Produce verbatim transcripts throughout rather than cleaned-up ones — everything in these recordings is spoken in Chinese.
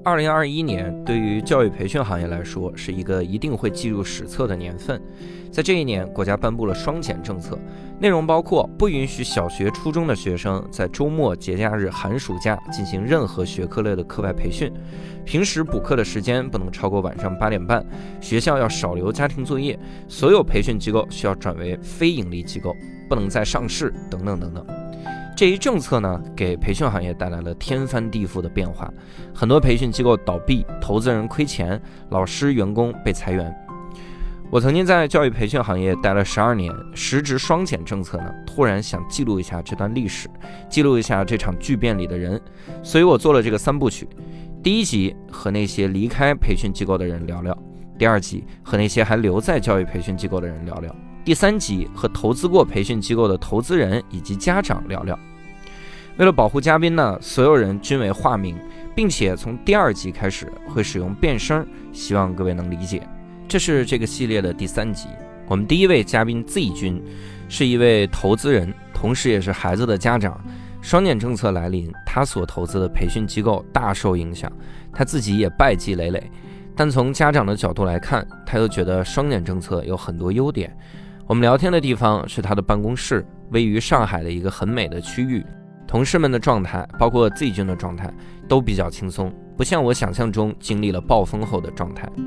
二零二一年对于教育培训行业来说是一个一定会记入史册的年份。在这一年，国家颁布了双减政策，内容包括不允许小学、初中的学生在周末、节假日、寒暑假进行任何学科类的课外培训，平时补课的时间不能超过晚上八点半，学校要少留家庭作业，所有培训机构需要转为非盈利机构，不能再上市，等等等等。这一政策呢，给培训行业带来了天翻地覆的变化，很多培训机构倒闭，投资人亏钱，老师、员工被裁员。我曾经在教育培训行业待了十二年，时值双减政策呢，突然想记录一下这段历史，记录一下这场巨变里的人，所以我做了这个三部曲。第一集和那些离开培训机构的人聊聊，第二集和那些还留在教育培训机构的人聊聊，第三集和投资过培训机构的投资人以及家长聊聊。为了保护嘉宾呢，所有人均为化名，并且从第二集开始会使用变声，希望各位能理解。这是这个系列的第三集。我们第一位嘉宾 Z 君是一位投资人，同时也是孩子的家长。双减政策来临，他所投资的培训机构大受影响，他自己也败绩累累。但从家长的角度来看，他又觉得双减政策有很多优点。我们聊天的地方是他的办公室，位于上海的一个很美的区域。同事们的状态，包括 Z 君的状态，都比较轻松，不像我想象中经历了暴风后的状态。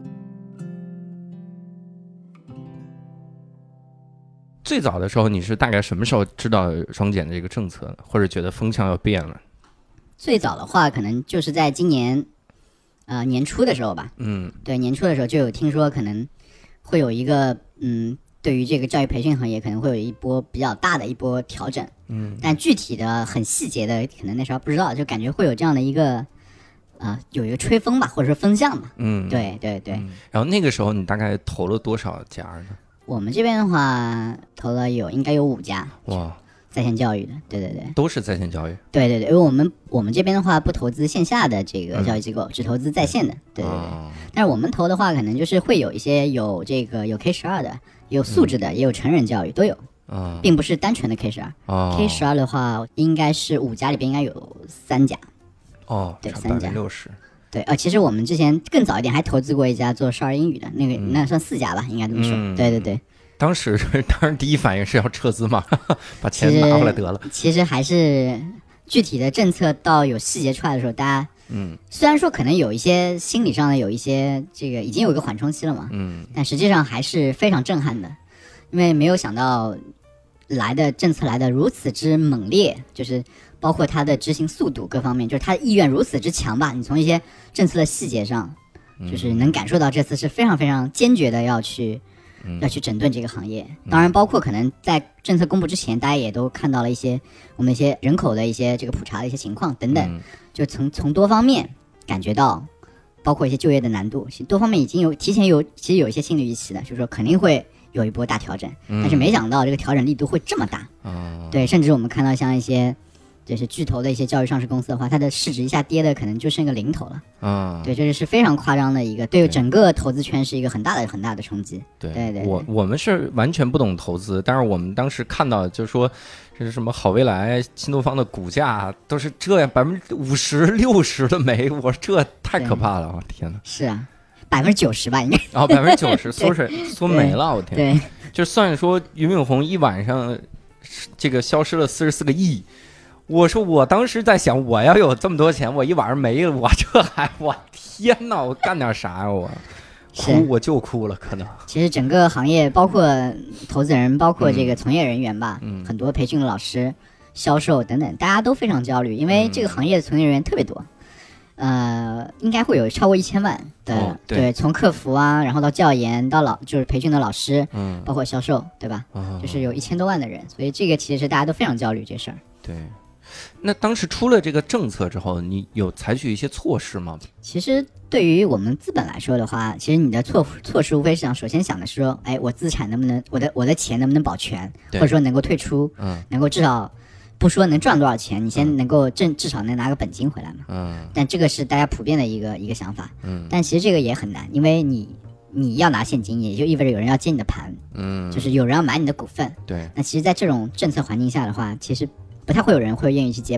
最早的时候，你是大概什么时候知道双减的这个政策呢？或者觉得风向要变了？ 最早的话，可能就是在今年，呃年初的时候吧。嗯，对，年初的时候就有听说可能会有一个，嗯，对于这个教育培训行业可能会有一波比较大的一波调整。嗯，但具体的很细节的，可能那时候不知道，就感觉会有这样的一个，啊、呃，有一个吹风吧，或者说风向吧。嗯，对对对、嗯。 然后那个时候你大概投了多少家呢？ 我们这边的话，投了有应该有五家，哇，在线教育的，对对对， 都是在线教育， 对对对，因为我们我们这边的话不投资线下的这个教育机构，嗯、只投资在线的，对对对。哦、但是我们投的话，可能就是会有一些有这个有 K 十二的，有素质的，嗯、也有成人教育都有，哦、并不是单纯的 K 十二。哦、K 十二的话，应该是五家里边应该有三家， 哦， 对，三家六十。 对，呃，其实我们之前更早一点还投资过一家做少儿英语的，那个、嗯、那算四家吧，应该这么说。嗯、对对对。 当时当然第一反应是要撤资嘛，把钱拿回来得了。 其实还是具体的政策到有细节出来的时候，大家嗯，虽然说可能有一些心理上的有一些这个已经有一个缓冲期了嘛，嗯，但实际上还是非常震撼的，因为没有想到来的政策来的如此之猛烈，就是包括它的执行速度各方面，就是它的意愿如此之强吧。你从一些政策的细节上，就是能感受到这次是非常非常坚决的要去。要去整顿这个行业，当然包括可能在政策公布之前，大家也都看到了一些我们一些人口的一些这个普查的一些情况等等，就从从多方面感觉到，包括一些就业的难度，多方面已经有提前有其实有一些心理预期的，就是说肯定会有一波大调整，但是没想到这个调整力度会这么大，对，甚至我们看到像一些。就是巨头的一些教育上市公司的话，它的市值一下跌的可能就剩个零头了。嗯，对，这是非常夸张的一个，对整个投资圈是一个很大的很大的冲击。 对对 对, 对， 我我们是完全不懂投资，但是我们当时看到就是说，这是什么好未来、新东方的股价都是这样百分之五十六十的没，我说这太可怕了，我天哪！ 是啊，百分之九十吧，应该。 哦，百分之九十缩水缩没了，我天！ 对， 就算说俞敏洪一晚上这个消失了四十四个亿。我说我当时在想，我要有这么多钱，我一晚上没了，我这还我天哪，我干点啥呀？我哭我就哭了，可能。 其实整个行业，包括投资人，包括这个从业人员吧，嗯、很多培训的老师、销售等等，大家都非常焦虑，因为这个行业的从业人员特别多，呃，应该会有超过一千万的，哦、对, 对，从客服啊，然后到教研，到老就是培训的老师，嗯，包括销售，对吧？哦、就是有一千多万的人，所以这个其实是大家都非常焦虑这事儿。 对。那当时出了这个政策之后，你有采取一些措施吗？ 其实对于我们资本来说的话，其实你的措措施无非是想首先想的是说，哎，我资产能不能，我的我的钱能不能保全，或者说能够退出，嗯，能够至少不说能赚多少钱，你先能够挣，至少能拿个本金回来嘛，嗯。但这个是大家普遍的一个一个想法，嗯。但其实这个也很难，因为你你要拿现金，也就意味着有人要接你的盘，嗯，就是有人要买你的股份， 对。 那其实，在这种政策环境下的话，其实不太会有人会愿意去接盘，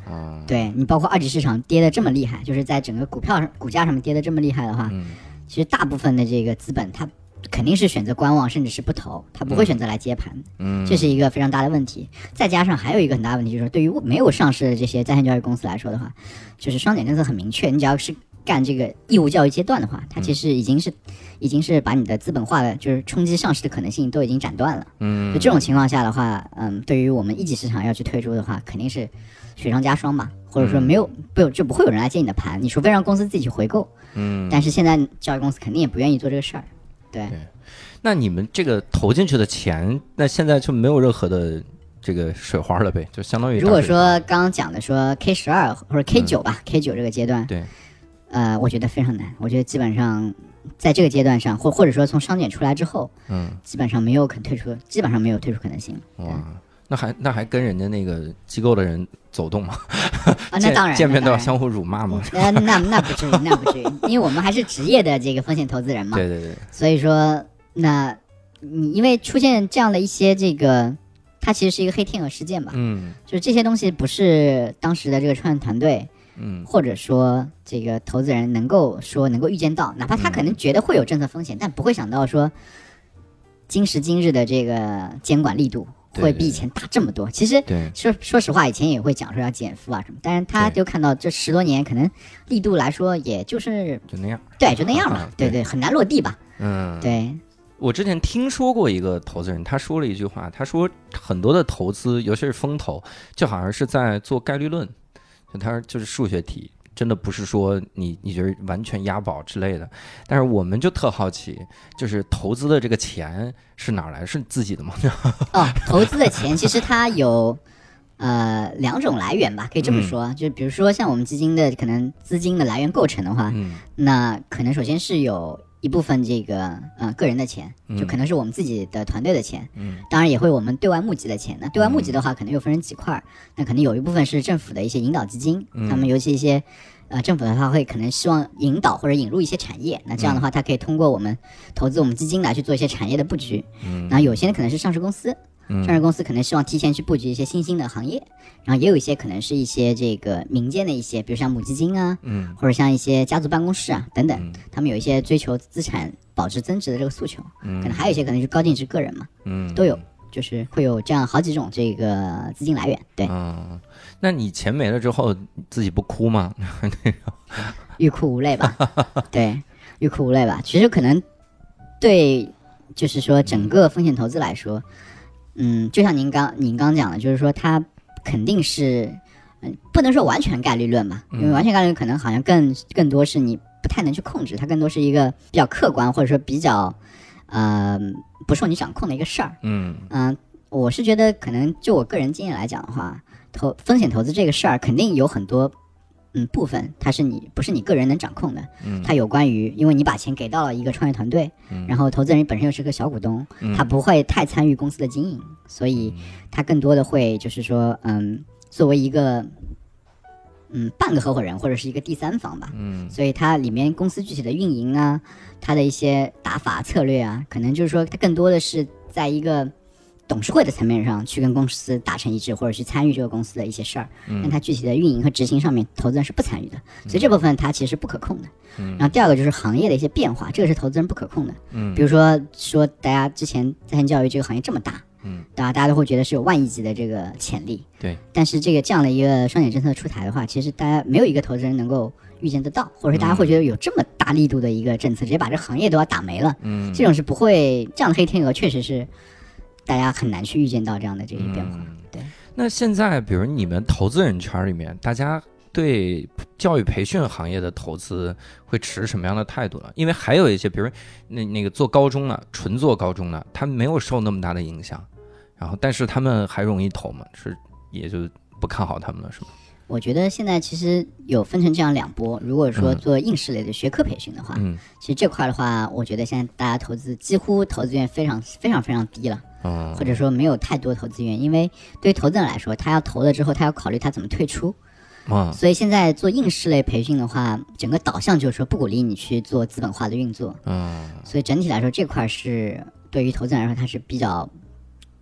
嗯，对你包括二级市场跌得这么厉害，就是在整个股票股价上面跌得这么厉害的话，嗯，其实大部分的这个资本它肯定是选择观望，甚至是不投，它不会选择来接盘，嗯，这是一个非常大的问题。再加上还有一个很大的问题，就是说对于没有上市的这些在线教育公司来说的话，就是双减政策很明确，你只要是干这个义务教育阶段的话，它其实已经是、嗯、已经是把你的资本化的就是冲击上市的可能性都已经斩断了。嗯，就这种情况下的话，嗯，对于我们一级市场要去退出的话，肯定是雪上加霜吧，或者说没有不就不会有人来接你的盘，你除非让公司自己去回购。嗯，但是现在教育公司肯定也不愿意做这个事儿。对，对， 那你们这个投进去的钱，那现在就没有任何的这个水花了呗？就相当于如果说刚刚讲的说 K 十二或者 K 九吧、嗯、K 九这个阶段， 对。 呃，我觉得非常难。我觉得基本上在这个阶段上，或或者说从双减出来之后，嗯，基本上没有肯退出，基本上没有退出可能性。 哇，那还那还跟人家那个机构的人走动吗？ 啊，那当然， 见面都要相互辱骂吗？ 呃，那那不至于，那不至于，因为我们还是职业的这个风险投资人嘛。 对对对。 所以说，那你因为出现这样的一些这个，它其实是一个黑天鹅事件吧？嗯，就是这些东西不是当时的这个创业团队。嗯，或者说这个投资人能够说能够预见到，哪怕他可能觉得会有政策风险，嗯、但不会想到说今时今日的这个监管力度会比以前大这么多。其实说说实话，以前也会讲说要减负啊什么，但是他就看到这十多年可能力度来说，也就是就那样， 对，就那样嘛，啊、对, 对对，很难落地吧。嗯，对。 我之前听说过一个投资人，他说了一句话，他说很多的投资，尤其是风投，就好像是在做概率论。它就是数学题，真的不是说你你觉得完全押宝之类的。但是我们就特好奇，就是投资的这个钱是哪来？是自己的吗？ 哦，投资的钱其实它有呃两种来源吧，可以这么说。嗯、就比如说像我们基金的可能资金的来源构成的话，嗯、那可能首先是有一部分这个呃个人的钱，就可能是我们自己的团队的钱，嗯，当然也会我们对外募集的钱。那对外募集的话，可能又分成几块，那可能有一部分是政府的一些引导基金，嗯、他们尤其一些呃政府的话会可能希望引导或者引入一些产业，那这样的话，它可以通过我们投资我们基金来去做一些产业的布局。嗯，然后有些呢可能是上市公司。上市公司可能希望提前去布局一些新兴的行业，然后也有一些可能是一些这个民间的一些，比如像母基金啊，嗯，或者像一些家族办公室啊等等，嗯、他们有一些追求资产保值增值的这个诉求，嗯，可能还有一些可能是高净值个人嘛，嗯，都有，就是会有这样好几种这个资金来源，对。 嗯，那你钱没了之后自己不哭吗？ 欲哭无泪吧，对，欲哭无泪吧。其实可能对，就是说整个风险投资来说。嗯，就像您刚您刚讲的，就是说它肯定是，嗯，不能说完全概率论吧，因为完全概率论可能好像更更多是你不太能去控制，它更多是一个比较客观或者说比较，呃，不受你掌控的一个事儿。嗯嗯、呃，我是觉得可能就我个人经验来讲的话，投风险投资这个事儿肯定有很多。嗯，部分它是你不是你个人能掌控的，嗯，它有关于，因为你把钱给到了一个创业团队，嗯，然后投资人本身又是个小股东，嗯，他不会太参与公司的经营，所以他更多的会就是说，嗯，作为一个嗯半个合伙人或者是一个第三方吧，嗯，所以它里面公司具体的运营啊，它的一些打法策略啊，可能就是说它更多的是在一个。董事会的层面上去跟公司达成一致，或者去参与这个公司的一些事儿，嗯、但它具体的运营和执行上面，投资人是不参与的，所以这部分它其实不可控的。嗯、然后第二个就是行业的一些变化，这个是投资人不可控的。嗯，比如说说大家之前在线教育这个行业这么大，嗯，大家大家都会觉得是有万亿级的这个潜力， 对。 但是这个这样的一个双减政策出台的话，其实大家没有一个投资人能够预见得到，或者说大家会觉得有这么大力度的一个政策，直接把这个行业都要打没了。嗯，这种是不会，这样的黑天鹅确实是。大家很难去预见到这样的这些变化，嗯、对。 那现在，比如你们投资人圈里面，大家对教育培训行业的投资会持什么样的态度呢？因为还有一些，比如那那个做高中的，纯做高中的，他们没有受那么大的影响，然后但是他们还容易投嘛，是也就不看好他们了，是吗？ 我觉得现在其实有分成这样两波。如果说做应试类的学科培训的话，嗯，其实这块的话，我觉得现在大家投资几乎投资愿非常非常非常低了。或者说没有太多投资愿，因为对于投资人来说，他要投了之后，他要考虑他怎么退出。所以现在做应试类培训的话，整个导向就是说不鼓励你去做资本化的运作。所以整体来说，这块是对于投资人来说，它是比较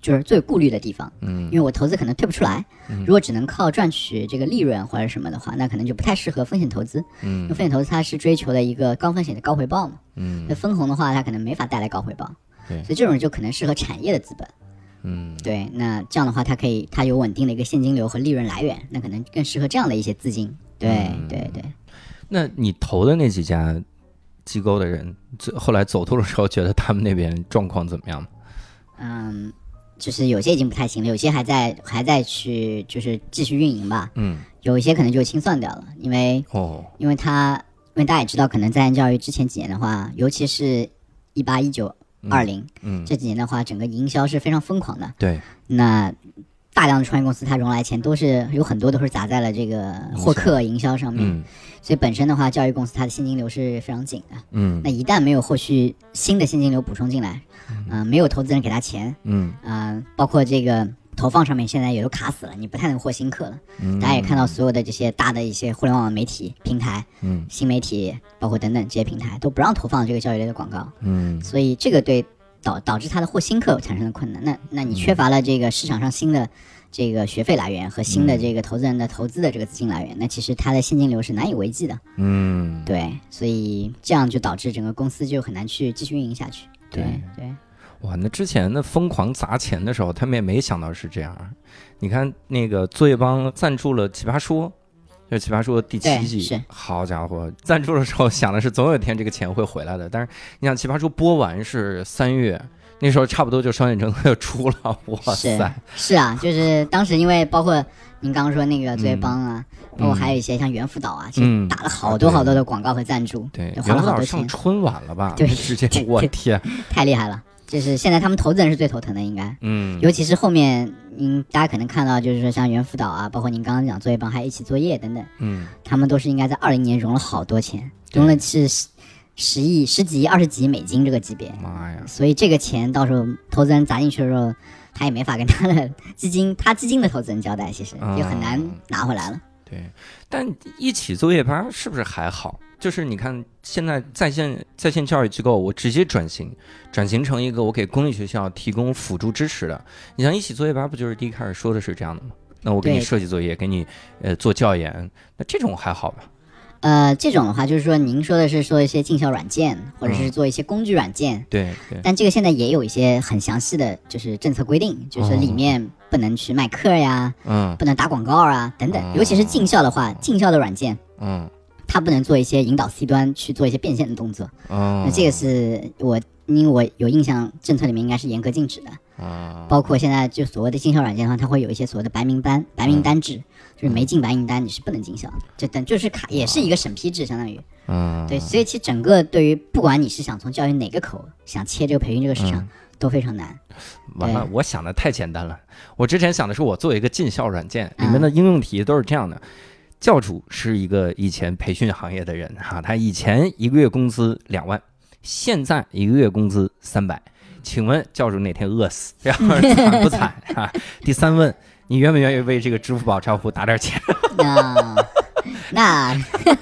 就是最有顾虑的地方，嗯，因为我投资可能退不出来，嗯，如果只能靠赚取这个利润或者什么的话，那可能就不太适合风险投资，嗯，因为风险投资它是追求的一个高风险的高回报嘛，嗯，那分红的话它可能没法带来高回报，对，所以这种就可能适合产业的资本，嗯，对，那这样的话它可以它有稳定的一个现金流和利润来源，那可能更适合这样的一些资金，对，嗯，对对。 那你投的那几家机构的人后来走透的时候觉得他们那边状况怎么样？ 嗯，就是有些已经不太行了，有些还在还在去就是继续运营吧，嗯，有一些可能就清算掉了，因为哦，因为他因为大家也知道，可能在岸教育之前几年的话，尤其是一八一九二零嗯这几年的话，整个营销是非常疯狂的， 对， 那大量的创业公司它融来钱都是有很多都是砸在了这个获客营销上面，嗯，所以本身的话教育公司它的现金流是非常紧的，嗯，那一旦没有后续新的现金流补充进来，嗯、呃，没有投资人给他钱，嗯，呃，包括这个投放上面现在也都卡死了，你不太能获新客了，嗯，大家也看到所有的这些大的一些互联网媒体平台，嗯，新媒体包括等等这些平台都不让投放这个教育类的广告，嗯，所以这个对导导致它的获新客产生了困难，那那你缺乏了这个市场上新的这个学费来源和新的这个投资人的投资的这个资金来源，那其实它的现金流是难以为继的，嗯，对，所以这样就导致整个公司就很难去继续运营下去，对 对, 对。 哇，那之前的疯狂砸钱的时候，他们也没想到是这样。你看那个作业帮赞助了奇葩说，就奇葩说第七季，好家伙，赞助的时候想的是总有一天这个钱会回来的。但是你想奇葩说播完是三月，那时候差不多就双减政策就出了，哇塞！ 是, 是啊，就是当时因为包括您刚刚说那个作业帮啊，嗯、包括还有一些像猿辅导啊，其实打了好多好多的广告和赞助， 对， 花了好多钱。 上春晚了吧？ 对， 直接我天， 太厉害了！就是现在他们投资人是最头疼的，应该，嗯，尤其是后面，嗯，大家可能看到，就是说像猿辅导啊，包括您刚刚讲作业帮，还有一起作业等等，嗯，他们都是应该在二零年融了好多钱，融了是十亿、十几亿、二十几亿美金这个级别，妈呀！所以这个钱到时候投资人砸进去的时候，他也没法跟他的基金、他基金的投资人交代，其实就很难拿回来了。 对，但一起作业班是不是还好？就是你看现在在线在线教育机构，我直接转型转型成一个我给公立学校提供辅助支持的。你像一起作业班不就是第一开始说的是这样的吗？那我给你设计作业，给你呃做教研，那这种还好吧？ 呃，这种的话就是说您说的是说一些进校软件，或者是做一些工具软件， 嗯、对对。 但这个现在也有一些很详细的就是政策规定，就是里面不能去卖课呀，嗯，不能打广告啊等等。嗯、尤其是进校的话，进校的软件，嗯。他不能做一些引导 C 端去做一些变现的动作，哦，那这个是我因为我有印象，政策里面应该是严格禁止的，哦，包括现在就所谓的进校软件的话，它会有一些所谓的白名单、白名单制，嗯、就是没进白名单你是不能进校的，就等就是卡也是一个审批制，相当于，嗯，对，所以其实整个对于不管你是想从教育哪个口想切这个培训这个市场，嗯、都非常难。 完了，我想的太简单了，我之前想的是我做一个进校软件，里面的应用题都是这样的。嗯教主是一个以前培训行业的人哈，他以前一个月工资两万，现在一个月工资三百，请问教主哪天饿死？然后惨不惨啊？第三问，你愿不愿意为这个支付宝账户打点钱？ 那那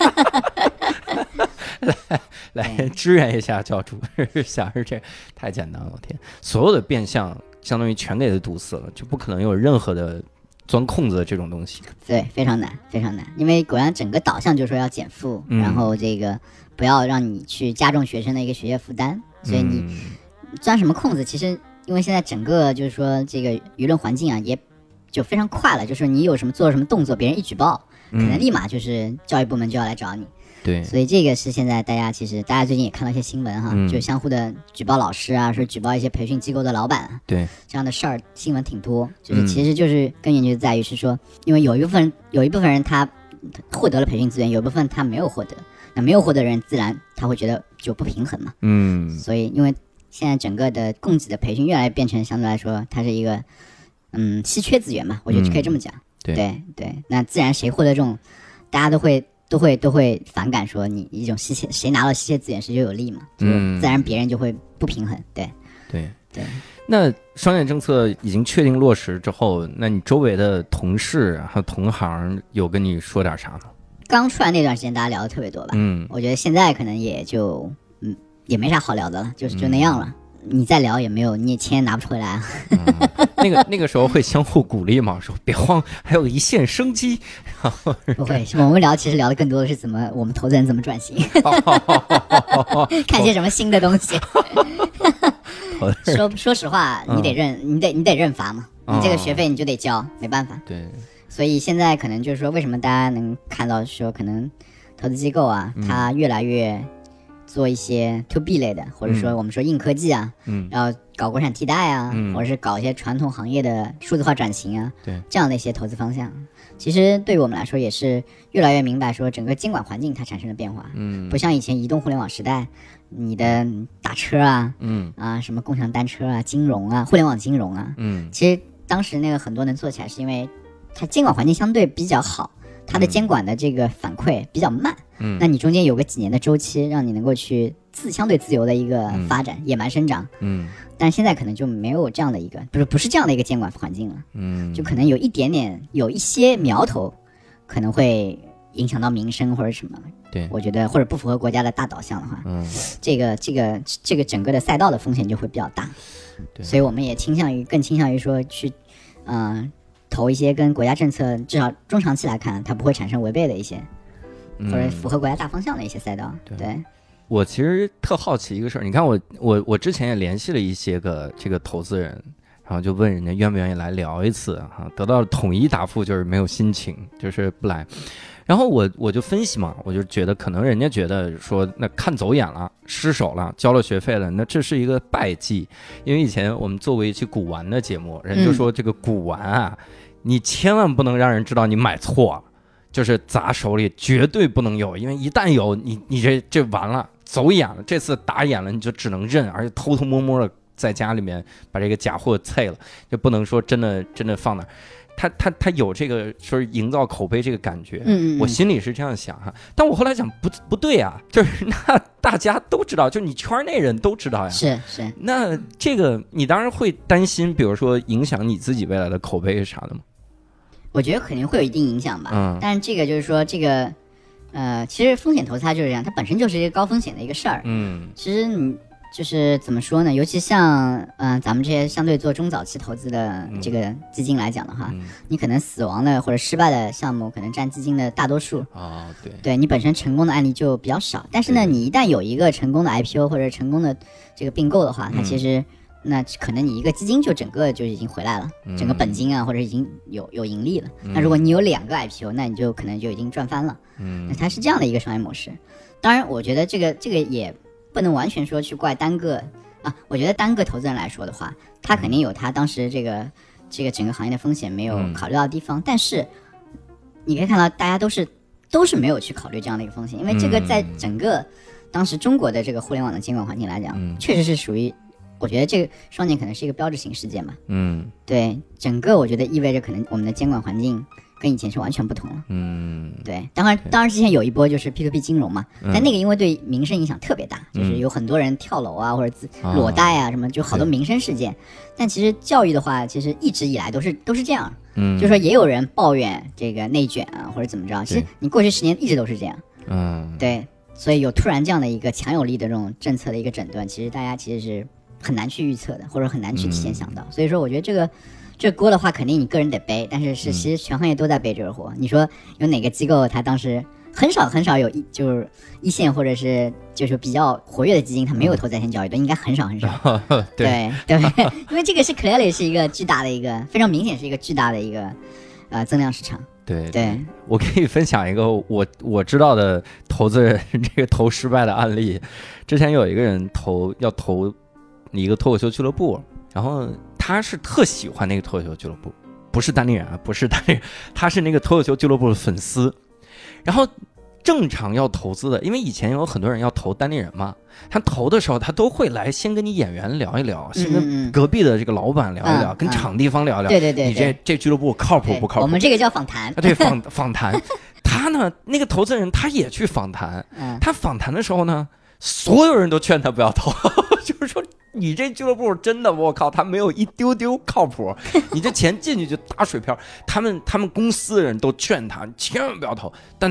来来支援一下教主，想是这太简单了，我天！所有的变相相当于全给他堵死了，就不可能有任何的。钻空子的这种东西， 对，非常难，非常难，因为果然整个导向就是说要减负，嗯、然后这个不要让你去加重学生的一个学业负担，所以你钻什么空子，其实因为现在整个就是说这个舆论环境啊，也就非常快了，就是你有什么做什么动作，别人一举报，可能立马就是教育部门就要来找你。 对， 所以这个是现在大家其实大家最近也看到一些新闻哈，嗯、就相互的举报老师啊，说举报一些培训机构的老板， 对这样的事儿新闻挺多，就是其实就是根源就在于是说，因为有一部分人有一部分人他获得了培训资源，有一部分他没有获得，那没有获得的人自然他会觉得就不平衡嘛，嗯，所以因为现在整个的供给的培训越来越变成相对来说它是一个嗯稀缺资源嘛，我觉得可以这么讲，嗯、对对对，那自然谁获得这种，大家都会。都会都会反感说你一种稀缺，谁拿到稀缺资源谁就有利嘛，嗯，自然别人就会不平衡，对对对。 那双减政策已经确定落实之后，那你周围的同事还有同行有跟你说点啥吗？ 刚出来那段时间大家聊的特别多吧，嗯，我觉得现在可能也就嗯也没啥好聊的了，就是就那样了。 你再聊也没有，你钱也拿不出来啊。 嗯、那个那个时候会相互鼓励嘛，说别慌，还有一线生机。然后不会，我们聊其实聊的更多的是怎么我们投资人怎么转型，看些什么新的东西。说说实话，你得认，嗯、你得你得认罚嘛，你这个学费你就得交，哦、没办法。 对。 所以现在可能就是说，为什么大家能看到说，可能投资机构啊，嗯、它越来越做一些 to B 类的，或者说我们说硬科技啊，嗯，然后搞国产替代啊，嗯、或者是搞一些传统行业的数字化转型啊， 对， 这样的一些投资方向，其实对于我们来说也是越来越明白说，整个监管环境它产生了变化，嗯，不像以前移动互联网时代，你的打车啊，嗯啊，什么共享单车啊，金融啊，互联网金融啊，嗯，其实当时那个很多能做起来，是因为它监管环境相对比较好，它的监管的这个反馈比较慢，嗯，那你中间有个几年的周期，让你能够去自相对自由的一个发展，嗯、野蛮生长，嗯，但现在可能就没有这样的一个，不是不是这样的一个监管环境了，嗯，就可能有一点点有一些苗头，可能会影响到民生或者什么， 对， 我觉得或者不符合国家的大导向的话，嗯，这个这个这个整个的赛道的风险就会比较大，对，所以我们也倾向于更倾向于说去，嗯、呃。投一些跟国家政策至少中长期来看它不会产生违背的一些、嗯、或者符合国家大方向的一些赛道。 对, 对我其实特好奇一个事儿，你看我我我之前也联系了一些个这个投资人，然后就问人家愿不愿意来聊一次哈，得到统一答复就是没有心情，就是不来。然后我我就分析嘛，我就觉得可能人家觉得说那看走眼了，失手了，交了学费了，那这是一个败绩。因为以前我们做过一期古玩的节目，人就说这个古玩啊、嗯、你千万不能让人知道你买错了，就是砸手里绝对不能有，因为一旦有你你这这完了，走眼了，这次打眼了你就只能认，而且偷偷摸摸的在家里面把这个假货碎了，就不能说真的真的放那儿。他他他有这个说是营造口碑这个感觉，嗯嗯，我心里是这样想哈，但我后来想不不对啊，就是那大家都知道，就你圈内人都知道呀， 是是， 那这个你当然会担心，比如说影响你自己未来的口碑啥的吗？ 我觉得肯定会有一定影响吧，嗯，但是这个就是说这个，呃，其实风险投资它就是这样，它本身就是一个高风险的一个事儿，嗯，其实你。就是怎么说呢？尤其像嗯、呃，咱们这些相对做中早期投资的这个基金来讲的话，嗯、你可能死亡的或者失败的项目可能占基金的大多数。 哦，对， 对你本身成功的案例就比较少。但是呢，你一旦有一个成功的 I P O 或者成功的这个并购的话，它其实、嗯、那可能你一个基金就整个就已经回来了，嗯、整个本金啊或者已经有有盈利了。嗯、那如果你有两个 I P O， 那你就可能就已经赚翻了。嗯，那它是这样的一个商业模式。当然，我觉得这个这个也。不能完全说去怪单个啊，我觉得单个投资人来说的话，他肯定有他当时这个这个整个行业的风险没有考虑到的地方，嗯、但是你可以看到大家都是都是没有去考虑这样的一个风险，因为这个在整个当时中国的这个互联网的监管环境来讲，嗯、确实是属于，我觉得这个双减可能是一个标志性事件嘛，嗯，对，整个我觉得意味着可能我们的监管环境。跟以前是完全不同了，嗯，对，当然，当然之前有一波就是 P to P 金融嘛，嗯、但那个因为对民生影响特别大，嗯、就是有很多人跳楼啊或者裸贷啊什么，就好多民生事件。但其实教育的话，其实一直以来都是都是这样，嗯，就是说也有人抱怨这个内卷啊或者怎么着，其实你过去十年一直都是这样，嗯，对，所以有突然这样的一个强有力的这种政策的一个诊断，其实大家其实是很难去预测的，或者很难去提前想到，嗯、所以说我觉得这个。这锅的话肯定你个人得背，但是是其实全行业都在背这个锅。嗯、你说有哪个机构它当时很少很少有一就是一线或者是就是比较活跃的基金，它没有投在线教育的，应该很少很少。对对，因为这个是 clearly 是一个巨大的一个非常明显是一个巨大的一个呃增量市场。 对对， 我可以分享一个我我知道的投资人这个投失败的案例。之前有一个人投要投一个脱口秀俱乐部，然后。他是特喜欢那个脱口秀俱乐部，不是单立人啊，不是单立人，他是那个脱口秀俱乐部的粉丝。然后正常要投资的，因为以前有很多人要投单立人嘛，他投的时候他都会来先跟你演员聊一聊，先跟隔壁的这个老板聊一聊，嗯、跟场地方聊一聊。 对对对， 你这这俱乐部靠谱不靠谱？ 我们这个叫访谈。 对，访访谈。他呢，那个投资人他也去访谈，嗯、他访谈的时候呢，所有人都劝他不要投，就是说。你这俱乐部真的，我靠，他没有一丢丢靠谱。你这钱进去就打水漂。他们他们公司的人都劝他千万不要投，但他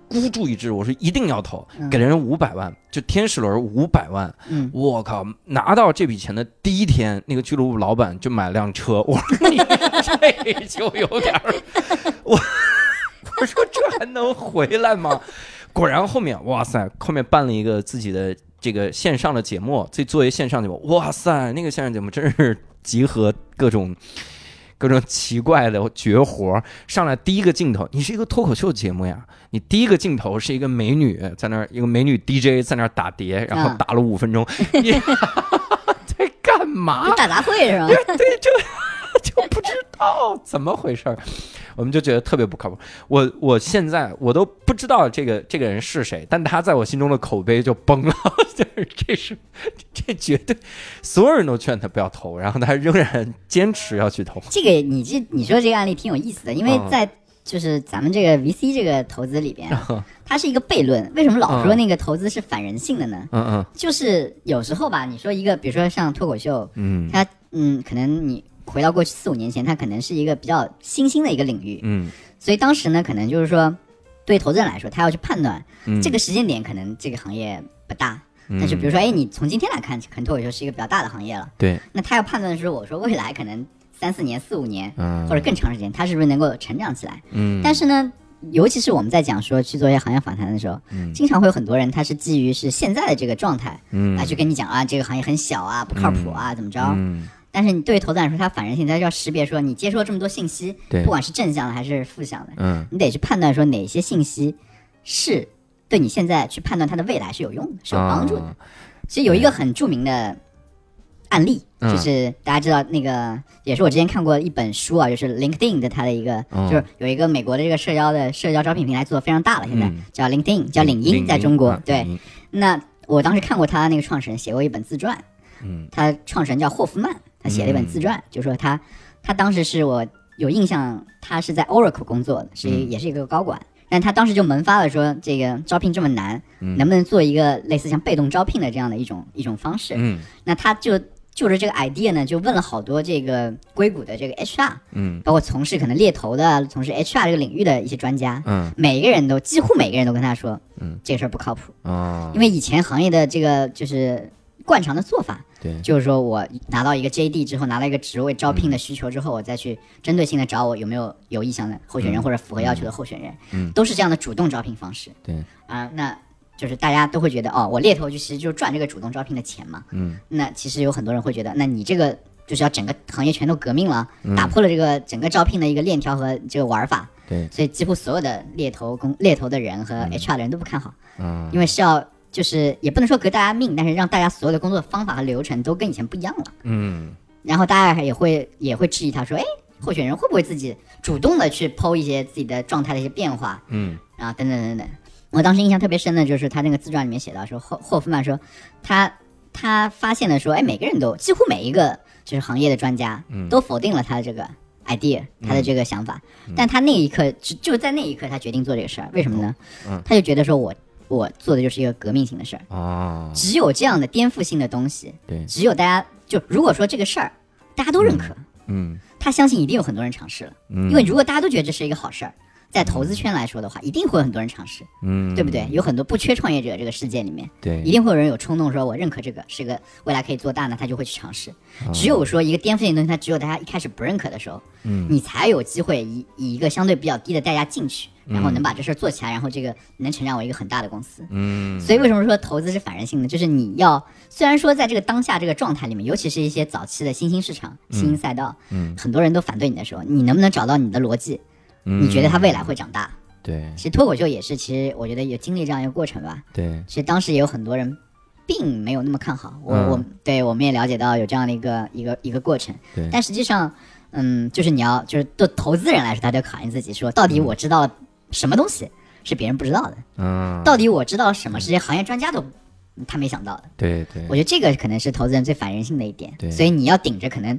孤注一掷，我说一定要投，给了人五百万，就天使轮五百万。嗯，我靠，拿到这笔钱的第一天，那个俱乐部老板就买辆车。我说你这就有点儿，我我说这还能回来吗？果然后面，哇塞，后面办了一个自己的这个线上的节目，自己做一线上节目，哇塞，那个线上节目真是集合各种。各种奇怪的绝活，上来第一个镜头，你是一个脱口秀节目呀，你第一个镜头是一个美女在那儿，一个美女 D J 在那儿打碟，然后打了五分钟，嗯、你在干嘛？ 打杂会是吧？ 对，就就不知道怎么回事，我们就觉得特别不靠谱。我我现在我都不知道这个这个人是谁，但他在我心中的口碑就崩了，就是这是这绝对所有人都劝他不要投，然后他仍然坚持要去投。 这个你这你说这个案例挺有意思的，因为在就是咱们这个 V C 这个投资里边，嗯、它是一个悖论。为什么老说那个投资是反人性的呢？嗯嗯，就是有时候吧，你说一个，比如说像脱口秀，嗯，它嗯可能你。回到过去四五年前，它可能是一个比较新兴的一个领域，嗯，所以当时呢，可能就是说，对投资人来说，他要去判断、嗯、这个时间点可能这个行业不大，嗯、但是比如说，哎，你从今天来看，可能脱口秀是一个比较大的行业了， 对， 那他要判断的是，我说未来可能三四年、四五年、嗯、或者更长时间，它是不是能够成长起来？嗯，但是呢，尤其是我们在讲说去做一些行业访谈的时候，嗯，经常会有很多人他是基于是现在的这个状态，嗯，来去跟你讲啊，这个行业很小啊，不靠谱啊，嗯、怎么着？嗯。但是你对于投资来说，它反人性，它就要识别说，你接收这么多信息，不管是正向的还是负向的，嗯，你得去判断说哪些信息是对你现在去判断它的未来是有用的，是有帮助的。哦、其实有一个很著名的案例，嗯、就是大家知道那个，也是我之前看过一本书啊，就是 LinkedIn 的它的一个，嗯、就是有一个美国的这个社交的社交招聘平台做得非常大了，现在、嗯、叫 LinkedIn， 叫领英，在中国，嗯、对。那我当时看过他那个创始人写过一本自传，嗯，他创始人叫霍夫曼。他写了一本自传，嗯、就说他，他当时是我有印象，他是在 Oracle 工作的，是、嗯、也是一个高管，但他当时就萌发了说，这个招聘这么难，嗯、能不能做一个类似像被动招聘的这样的一种一种方式？嗯，那他就就着这个 idea 呢，就问了好多这个硅谷的这个 H R， 嗯，包括从事可能猎头的、从事 H R 这个领域的一些专家，嗯，每一个人都几乎每个人都跟他说，嗯，这个事儿不靠谱啊，因为以前行业的这个就是惯常的做法。 对， 就是说我拿到一个 J D 之后，拿到一个职位招聘的需求之后，嗯、我再去针对性的找我有没有有意向的候选人、嗯、或者符合要求的候选人，嗯，都是这样的主动招聘方式。 对啊、呃，那就是大家都会觉得哦，我猎头就其实就是赚这个主动招聘的钱嘛，嗯，那其实有很多人会觉得，那你这个就是要整个行业全都革命了，嗯、打破了这个整个招聘的一个链条和这个玩法。 对， 所以几乎所有的猎头工猎头的人和 H R 的人都不看好，嗯，因为是要。就是也不能说革大家命，但是让大家所有的工作方法和流程都跟以前不一样了。嗯，然后大家也会也会质疑他说，哎，候选人会不会自己主动的去 po 一些自己的状态的一些变化？嗯，啊等等等等。我当时印象特别深的就是他那个自传里面写到说，霍霍夫曼说他他发现了说，哎，每个人都几乎每一个就是行业的专家都否定了他的这个 idea，、嗯、他的这个想法，嗯、但他那一刻就就在那一刻他决定做这个事儿，为什么呢？嗯，他就觉得说我。我做的就是一个革命性的事儿啊！只有这样的颠覆性的东西， 对， 只有大家就如果说这个事儿大家都认可，嗯，嗯他相信一定有很多人尝试了，嗯，因为如果大家都觉得这是一个好事儿，在投资圈来说的话，一定会有很多人尝试，嗯，对不对？有很多不缺创业者这个世界里面， 对， 一定会有人有冲动说，我认可这个是个未来可以做大呢，他就会去尝试。哦、只有说一个颠覆性的东西，它只有大家一开始不认可的时候，嗯，你才有机会以以一个相对比较低的代价进去。然后能把这事儿做起来，然后这个能成长为一个很大的公司。嗯，所以为什么说投资是反人性的？就是你要虽然说在这个当下这个状态里面，尤其是一些早期的新兴市场、新兴赛道，嗯，很多人都反对你的时候，你能不能找到你的逻辑？嗯，你觉得它未来会长大？ 对， 其实脱口秀也是，其实我觉得有经历这样一个过程吧。 对， 其实当时也有很多人并没有那么看好我，嗯、我对我们也了解到有这样的一个一个一个过程。 对， 但实际上，嗯，就是你要就是对投资人来说，他就考验自己说，到底我知道。什么东西是别人不知道的？嗯，到底我知道什么是这些行业专家都他没想到的？ 对对， 我觉得这个可能是投资人最反人性的一点。 对， 所以你要顶着可能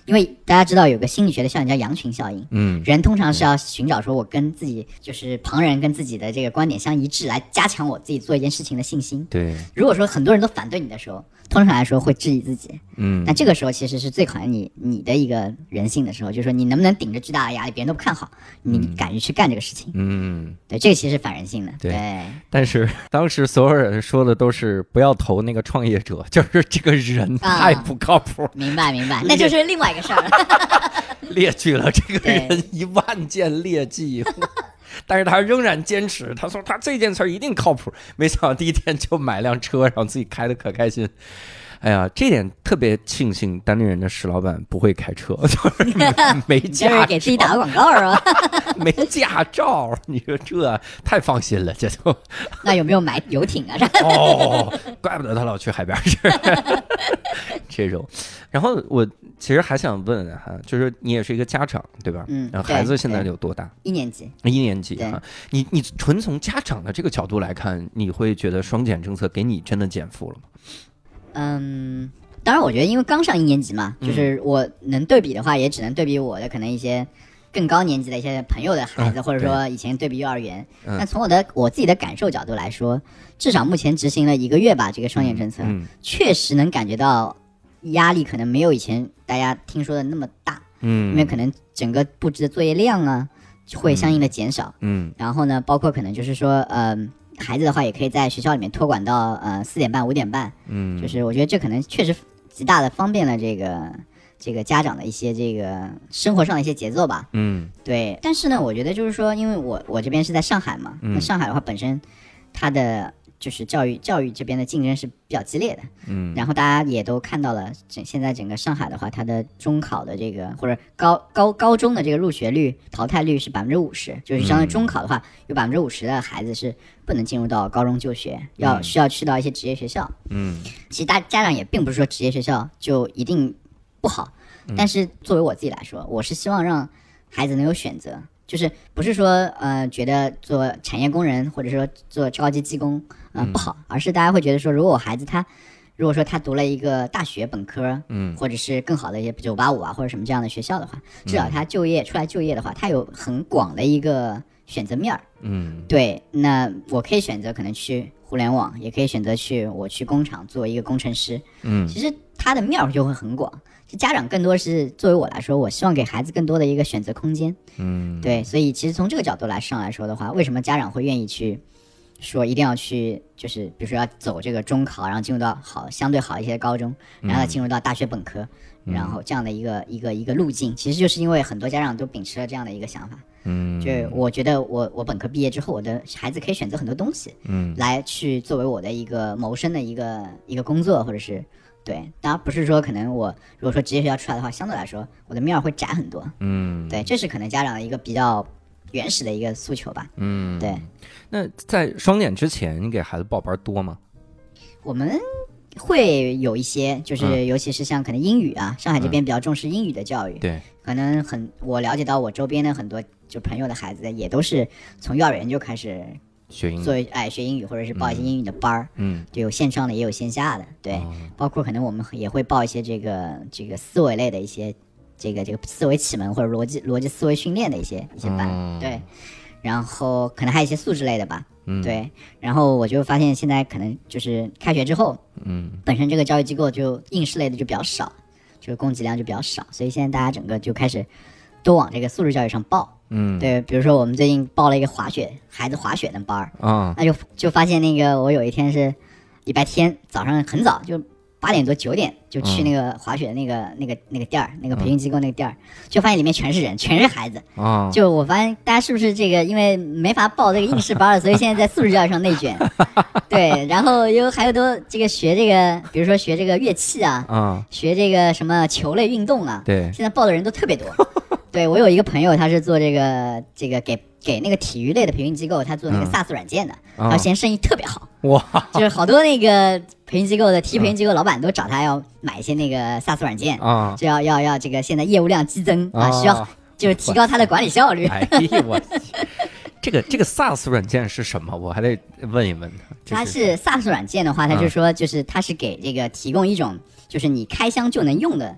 因为大家知道有个心理学的效应叫羊群效应， 嗯， 人通常是要寻找说我跟自己就是旁人跟自己的这个观点相一致，来加强我自己做一件事情的信心。 对， 如果说很多人都反对你的时候，通常来说会质疑自己， 嗯， 那这个时候其实是最考验你你的一个人性的时候，就是说你能不能顶着巨大的压力，别人都不看好，你敢于去干这个事情。 嗯， 对，这个其实是反人性的。 对， 对， 但是当时所有人说的都是不要投那个创业者，就是这个人太不靠谱。啊、 明白明白，那就是另外一个事儿了。 列举了这个人一万件劣迹。但是他仍然坚持，他说他这件事一定靠谱，没想到第一天就买辆车，然后自己开得可开心。哎呀，这点特别庆幸单立人的石老板不会开车，就是没驾照， 就是给自己打个广告是吧？ 没驾照，你说这太放心了，这就。 那有没有买游艇啊？ 哦，怪不得他老去海边去。这种，然后我其实还想问哈，就是你也是一个家长对吧？ 嗯， 然后孩子现在有多大？ 一年级。 一年级哈，你你纯从家长的这个角度来看，你会觉得双减政策给你真的减负了吗？ 嗯，当然，我觉得因为刚上一年级嘛，就是我能对比的话，也只能对比我的可能一些更高年级的一些朋友的孩子，嗯、或者说以前对比幼儿园。那、嗯、从我的我自己的感受角度来说，至少目前执行了一个月吧，这个双减政策，嗯嗯、确实能感觉到压力可能没有以前大家听说的那么大。嗯，因为可能整个布置的作业量啊会相应的减少。嗯，然后呢，包括可能就是说，呃。孩子的话也可以在学校里面托管到呃四点半五点半，嗯，就是我觉得这可能确实极大的方便了这个这个家长的一些这个生活上的一些节奏吧，嗯，对。但是呢，我觉得就是说，因为我我这边是在上海嘛，嗯、那上海的话本身它的就是教育教育这边的竞争是比较激烈的，嗯，然后大家也都看到了，整现在整个上海的话，它的中考的这个或者高高高中的这个入学率淘汰率是百分之五十，就是相当于中考的话，有百分之五十的孩子是不能进入到高中就学，要需要去到一些职业学校。嗯，其实大家长也并不是说职业学校就一定不好，但是作为我自己来说，我是希望让孩子能有选择。就是不是说呃觉得做产业工人或者说做高级技工呃不好，而是大家会觉得说，如果我孩子他如果说他读了一个大学本科，嗯，或者是更好的一些九八五啊或者什么这样的学校的话，至少他就业出来就业的话，他有很广的一个选择面儿，嗯，对，那我可以选择可能去互联网，也可以选择去我去工厂做一个工程师，嗯，其实他的面儿就会很广。家长更多是作为我来说，我希望给孩子更多的一个选择空间，嗯，对，所以其实从这个角度来上来说的话，为什么家长会愿意去说一定要去，就是比如说要走这个中考，然后进入到好相对好一些的高中，然后再进入到大学本科，嗯、然后这样的一个一个一个路径，其实就是因为很多家长都秉持了这样的一个想法，嗯，就是我觉得我我本科毕业之后，我的孩子可以选择很多东西，嗯，来去作为我的一个谋生的一个一个工作，或者是。对，当然不是说可能我如果说职业学校出来的话，相对来说我的面儿会窄很多。嗯，对，这是可能家长的一个比较原始的一个诉求吧。嗯，对。 那在双减之前，你给孩子报班多吗？ 我们会有一些，就是尤其是像可能英语啊，嗯、上海这边比较重视英语的教育。对、嗯，可能很我了解到我周边的很多就朋友的孩子也都是从幼儿园就开始。 学英语， 做哎学英语，或者是报一些英语的班儿，嗯，就有线上的也有线下的，对，哦、包括可能我们也会报一些这个这个思维类的一些这个这个思维启蒙或者逻辑逻辑思维训练的一些一些班，哦、对，然后可能还有一些素质类的吧，嗯，对，然后我就发现现在可能就是开学之后，嗯，本身这个教育机构就应试类的就比较少，这个供给量就比较少，所以现在大家整个就开始都往这个素质教育上报。嗯，对，比如说我们最近报了一个滑雪孩子滑雪的班儿啊，那就就发现那个我有一天是礼拜天早上很早，就八点多九点就去那个滑雪的那个、嗯、那个那个店儿，那个培训机构那个店儿，就发现里面全是人，全是孩子啊。就我发现大家是不是这个因为没法报这个应试班了，所以现在在素质教育上内卷。对，然后又还有多这个学这个，比如说学这个乐器啊，啊，学这个什么球类运动啊，对，现在报的人都特别多。对，我有一个朋友，他是做这个这个给给那个体育类的培训机构，他做那个 SaaS 软件的，然后现在生意特别好，哇，就是好多那个培训机构的体育培训机构老板都找他要买一些那个 SaaS 软件啊，就要要要这个现在业务量激增啊，需要就是提高他的管理效率。 哎呦我，这个这个 SaaS 软件是什么？我还得问一问他。 它是 SaaS 软件的话，他就说就是它是给这个提供一种就是你开箱就能用的。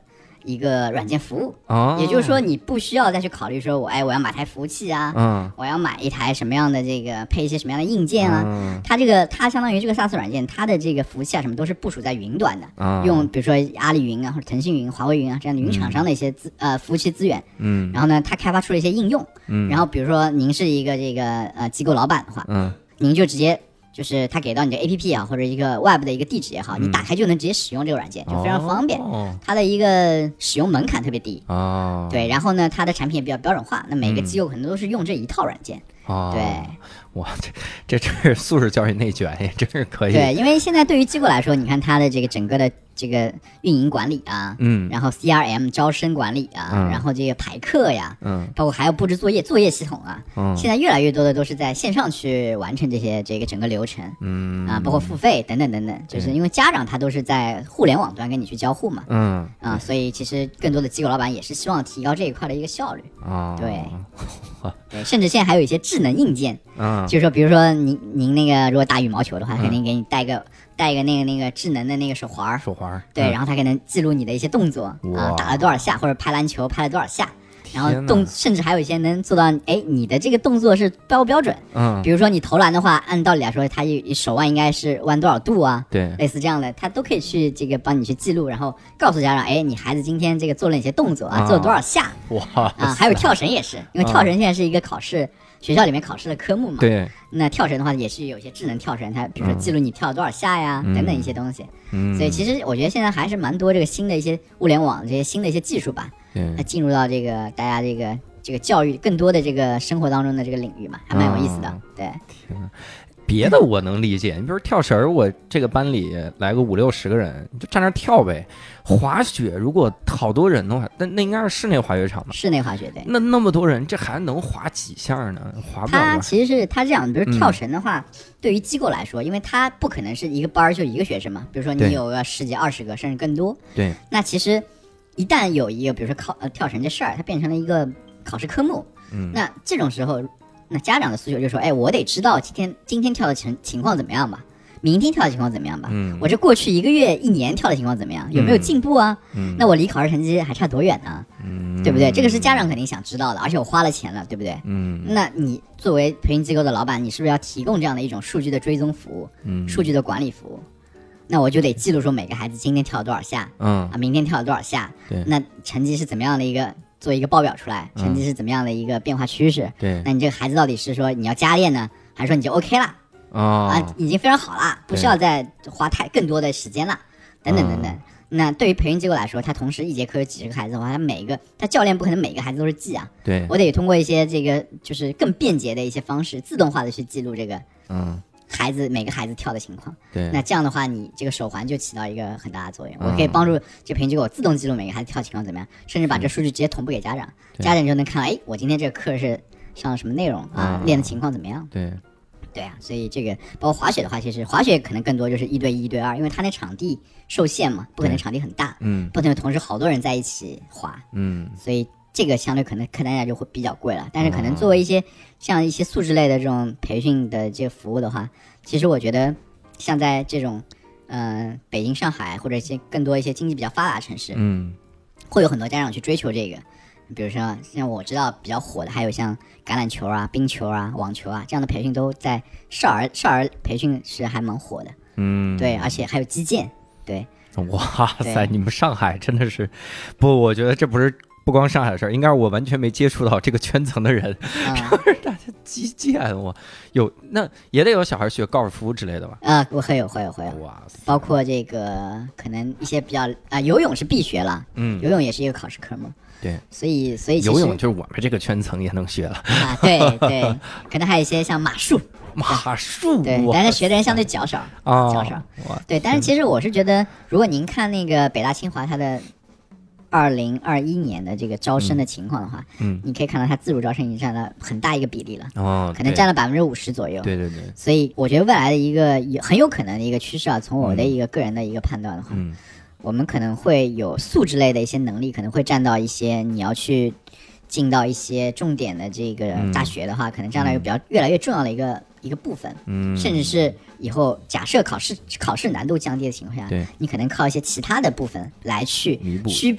一个软件服务， 哦， 也就是说你不需要再去考虑说我哎我要买台服务器啊，嗯，我要买一台什么样的这个配一些什么样的硬件啊，嗯、它这个它相当于这个 SaaS 软件，它的这个服务器啊什么都是部署在云端的，嗯、用比如说阿里云啊或者腾讯云、华为云啊这样的云厂商的一些资、嗯、呃服务器资源，嗯，然后呢它开发出了一些应用，嗯，然后比如说您是一个这个呃机构老板的话，嗯，您就直接。就是他给到你的 A P P 啊，或者一个 Web 的一个地址也好，嗯、你打开就能直接使用这个软件，就非常方便。哦、它的一个使用门槛特别低。哦。对，然后呢，它的产品也比较标准化，那每个机构可能都是用这一套软件。哦。对。 哇，这这真是素质教育内卷也真是可以。 对，因为现在对于机构来说，你看它的这个整个的这个运营管理啊，嗯，然后 C R M 招生管理啊，嗯、然后这个排课呀，嗯，包括还有布置作业作业系统啊，嗯，现在越来越多的都是在线上去完成这些这个整个流程，嗯啊，包括付费等等等等，就是因为家长他都是在互联网端跟你去交互嘛，嗯啊，所以其实更多的机构老板也是希望提高这一块的一个效率啊，对，对，甚至现在还有一些智能硬件，嗯，就是说比如说您您那个如果打羽毛球的话，肯定给你带个。带一个那个那个智能的那个手环， 手环对，嗯、然后它可能记录你的一些动作啊，打了多少下，或者拍篮球拍了多少下，然后动甚至还有一些能做到，哎，你的这个动作是标不标准？嗯，比如说你投篮的话，按道理来说，它手腕应该是弯多少度啊？ 对， 类似这样的，它都可以去这个帮你去记录，然后告诉家长，哎，你孩子今天这个做了哪些动作啊？做了多少下？哇啊，还有跳绳也是，因为跳绳现在是一个考试。学校里面考试的科目嘛， 对， 那跳绳的话也是有些智能跳绳，它比如说记录你跳了多少下呀，嗯、等等一些东西。嗯，所以其实我觉得现在还是蛮多这个新的一些物联网这些新的一些技术吧，它进入到这个大家这个这个教育更多的这个生活当中的这个领域嘛，还蛮有意思的。嗯、对， 天哪，别的我能理解，你比如跳绳，我这个班里来个五六十个人，就站那跳呗。滑雪如果好多人的话，那那应该是室内滑雪场吧？ 室内滑雪对。 那那么多人，这还能滑几下呢？滑不了。 它其实是它这样，比如跳绳的话，嗯、对于机构来说，因为它不可能是一个班就一个学生嘛，比如说你有个十几、二十个，甚至更多。 对。 那其实一旦有一个，比如说考呃跳绳这事儿，它变成了一个考试科目，嗯，那这种时候，那家长的诉求就是说，哎，我得知道今天今天跳的情情况怎么样吧。明天跳的情况怎么样吧？嗯，我这过去一个月、一年跳的情况怎么样？有没有进步啊？嗯，那我离考试成绩还差多远呢？嗯，对不对？这个是家长肯定想知道的，而且我花了钱了，对不对？嗯，那你作为培训机构的老板，你是不是要提供这样的一种数据的追踪服务？嗯，数据的管理服务？那我就得记录说每个孩子今天跳了多少下，嗯啊，明天跳了多少下，对，那成绩是怎么样的一个？做一个报表出来，成绩是怎么样的一个变化趋势？对，那你这个孩子到底是说你要加练呢，还是说你就 OK 了？哦、啊，已经非常好了，不需要再花太更多的时间了，等等等等。嗯、那对于培训机构来说，他同时一节课有几十个孩子的话，他每个他教练不可能每个孩子都是记啊， 对， 我得通过一些这个就是更便捷的一些方式，自动化的去记录这个嗯孩子每个孩子跳的情况。对，那这样的话，你这个手环就起到一个很大的作用，嗯、我可以帮助这个培训机构自动记录每个孩子跳情况怎么样，甚至把这数据直接同步给家长，家长就能看，哎，我今天这个课是上了什么内容啊，嗯、练的情况怎么样？ 对。 对啊，所以这个包括滑雪的话，其实滑雪可能更多就是一对一、一对二，因为它那场地受限嘛，不可能场地很大，嗯，不可能同时好多人在一起滑，嗯，所以这个相对可能客单价就会比较贵了。但是可能作为一些、哦、像一些素质类的这种培训的这个服务的话，其实我觉得像在这种嗯、呃、北京、上海或者一些更多一些经济比较发达的城市，嗯，会有很多家长去追求这个。比如说像我知道比较火的还有像橄榄球啊、冰球啊、网球啊这样的培训都在少儿少儿培训是还蛮火的，嗯，对，而且还有击剑，对， 哇塞，你们上海真的是不，我觉得这不是不光上海的事儿，应该是我完全没接触到这个圈层的人，嗯、大家击剑，我有那也得有小孩学高尔夫之类的吧？ 啊、呃，我会有会有会有，哇塞，包括这个可能一些比较啊、呃，游泳是必学了，嗯，游泳也是一个考试科目。 对， 所以所以游泳就是我们这个圈层也能学了啊，对对，可能还有一些像马术， 马术， 对，但是学的人相对较少啊，较少。对，但是其实我是觉得，如果您看那个北大清华它的二零二一年的这个招生的情况的话，嗯，你可以看到它自主招生已经占了很大一个比例了，哦，可能占了百分之五十左右。 对对对。 所以我觉得未来的一个很有可能的一个趋势啊，从我的一个个人的一个判断的话，嗯。我们可能会有素质类的一些能力，可能会占到一些你要去进到一些重点的这个大学的话，嗯、可能占到一个比较越来越重要的一个一个部分。嗯，甚至是以后假设考试考试难度降低的情况下，对，你可能靠一些其他的部分来去区别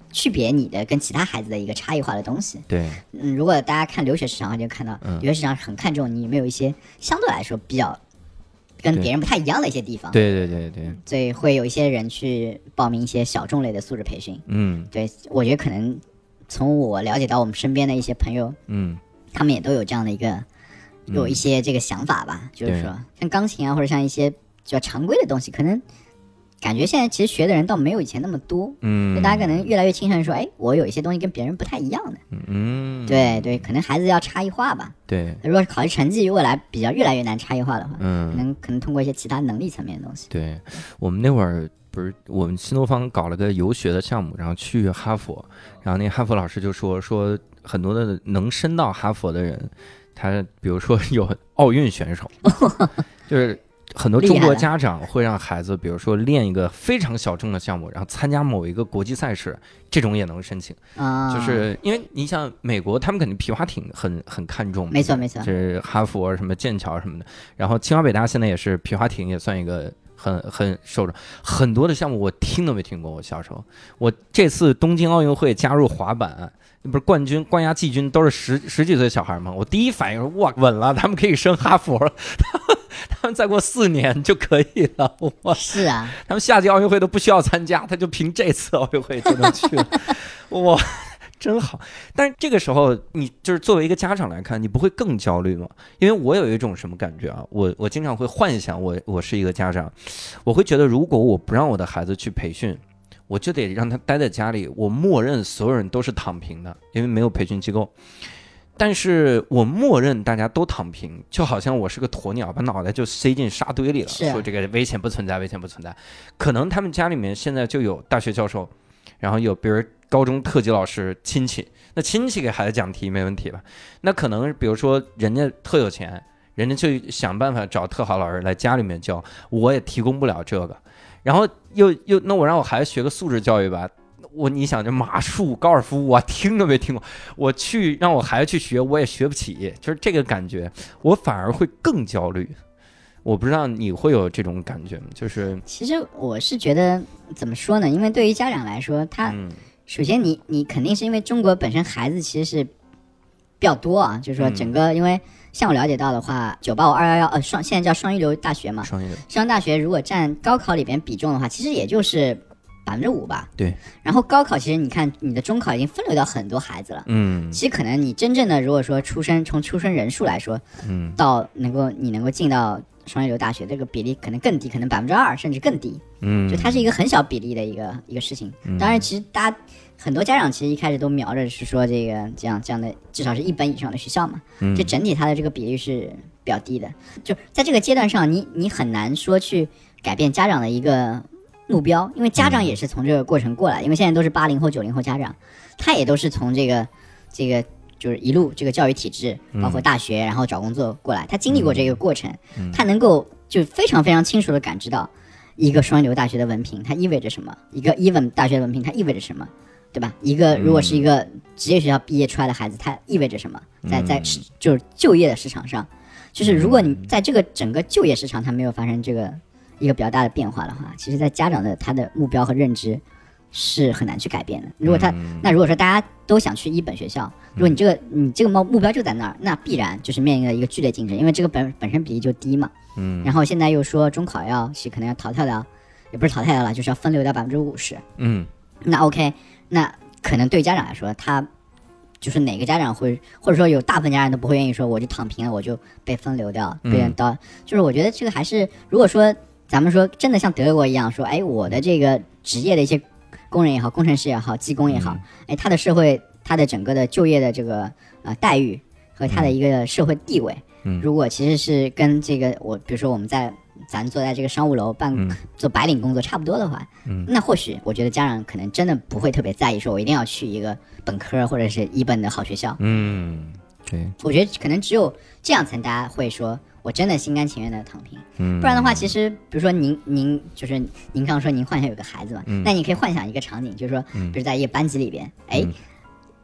区别你的跟其他孩子的一个差异化的东西。 对， 嗯，如果大家看留学市场的话，就看到留学市场很看重你有没有一些相对来说比较跟别人不太一样的一些地方。 对对对对， 所以会有一些人去报名一些小众类的素质培训。 嗯， 对，我觉得可能从我了解到我们身边的一些朋友， 嗯， 他们也都有这样的一个有一些这个想法吧，嗯、就是说像钢琴啊，或者像一些比较常规的东西，可能感觉现在其实学的人倒没有以前那么多， 嗯， 就大家可能越来越倾向于说，哎，我有一些东西跟别人不太一样的， 嗯， 对对，可能孩子要差异化吧， 对， 如果考虑成绩未来比较越来越难差异化的话， 嗯， 可能可能通过一些其他能力层面的东西。 对，我们那会儿不是我们新东方搞了个游学的项目，然后去哈佛，然后那哈佛老师就说说很多的能升到哈佛的人，他比如说有奥运选手，就是很多中国家长会让孩子，比如说练一个非常小众的项目，然后参加某一个国际赛事，这种也能申请。啊，就是因为你像美国，他们肯定皮划艇很很看重， 没错没错， 是哈佛什么剑桥什么的，然后清华北大现在也是皮划艇也算一个很很受众，很多的项目我听都没听过。我小时候，我这次东京奥运会加入滑板。不是冠军、冠亚季军都是十十几岁小孩吗？我第一反应是哇，稳了，他们可以升哈佛了，他们再过四年就可以了。哇， 是啊， 他们夏季奥运会都不需要参加，他就凭这次奥运会就能去了，哇，真好。但是这个时候，你就是作为一个家长来看，你不会更焦虑吗？因为我有一种什么感觉啊？我我经常会幻想我我是一个家长，我会觉得如果我不让我的孩子去培训。我就得让他待在家里，我默认所有人都是躺平的，因为没有培训机构。但是我默认大家都躺平，就好像我是个鸵鸟，把脑袋就塞进沙堆里了，说这个危险不存在，危险不存在。可能他们家里面现在就有大学教授，然后有比如高中特级老师亲戚，那亲戚给孩子讲题没问题吧？那可能比如说人家特有钱，人家就想办法找特好老师来家里面教，我也提供不了这个。然后又又那我让我孩子学个素质教育吧，我你想这马术、高尔夫，我听都没听过，我去让我孩子去学，我也学不起，就是这个感觉，我反而会更焦虑。我不知道你会有这种感觉吗？就是其实我是觉得怎么说呢？因为对于家长来说，他、嗯、首先你你肯定是因为中国本身孩子其实是比较多啊，就是说整个、嗯、因为。像我了解到的话，九八五二幺幺呃双现在叫双一流大学嘛， 双一流上大学如果占高考里边比重的话，其实也就是百分之五吧。 对。 然后高考其实你看你的中考已经分流到很多孩子了，嗯，其实可能你真正的如果说出生从出生人数来说，嗯，到能够你能够进到双一流大学，这个比例可能更低，可能百分之二甚至更低，嗯，就它是一个很小比例的一个一个事情。当然，其实大家。很多家长其实一开始都瞄着是说这个这样这样的至少是一本以上的学校嘛，嗯，就整体它的这个比例是比较低的。就在这个阶段上，你你很难说去改变家长的一个目标，因为家长也是从这个过程过来，因为现在都是八零后九零后家长，他也都是从这个这个就是一路这个教育体制，包括大学然后找工作过来，他经历过这个过程，他能够就非常非常清楚的感知到一个双一流大学的文凭它意味着什么，一个 even 大学的文凭它意味着什么。对吧？一个如果是一个职业学校毕业出来的孩子，它意味着什么？在在就是就业的市场上，就是如果你在这个整个就业市场它没有发生这个一个比较大的变化的话，其实在家长的他的目标和认知是很难去改变的。如果他那如果说大家都想去一本学校，如果你这个你这个目目标就在那儿，那必然就是面临了一个剧烈竞争，因为这个本本身比例就低嘛。嗯。然后现在又说中考要是可能要淘汰掉，也不是淘汰掉了，就是要分流到百分之五十。嗯。那 OK。那可能对家长来说，他就是哪个家长会，或者说有大部分家长都不会愿意说，我就躺平了，我就被分流掉，被人到，就是我觉得这个还是，如果说咱们说真的像德国一样说，哎，我的这个职业的一些工人也好，工程师也好，技工也好，哎，他的社会，他的整个的就业的这个呃待遇和他的一个社会地位，如果其实是跟这个我，比如说我们在。咱坐在这个商务楼办、嗯、做白领工作差不多的话、嗯，那或许我觉得家长可能真的不会特别在意，说我一定要去一个本科或者是一本的好学校。嗯，对，我觉得可能只有这样才大家会说我真的心甘情愿的躺平。嗯，不然的话，其实比如说您您就是您刚刚说您幻想有个孩子嘛，嗯、那你可以幻想一个场景，就是说，比如在一个班级里边，哎。嗯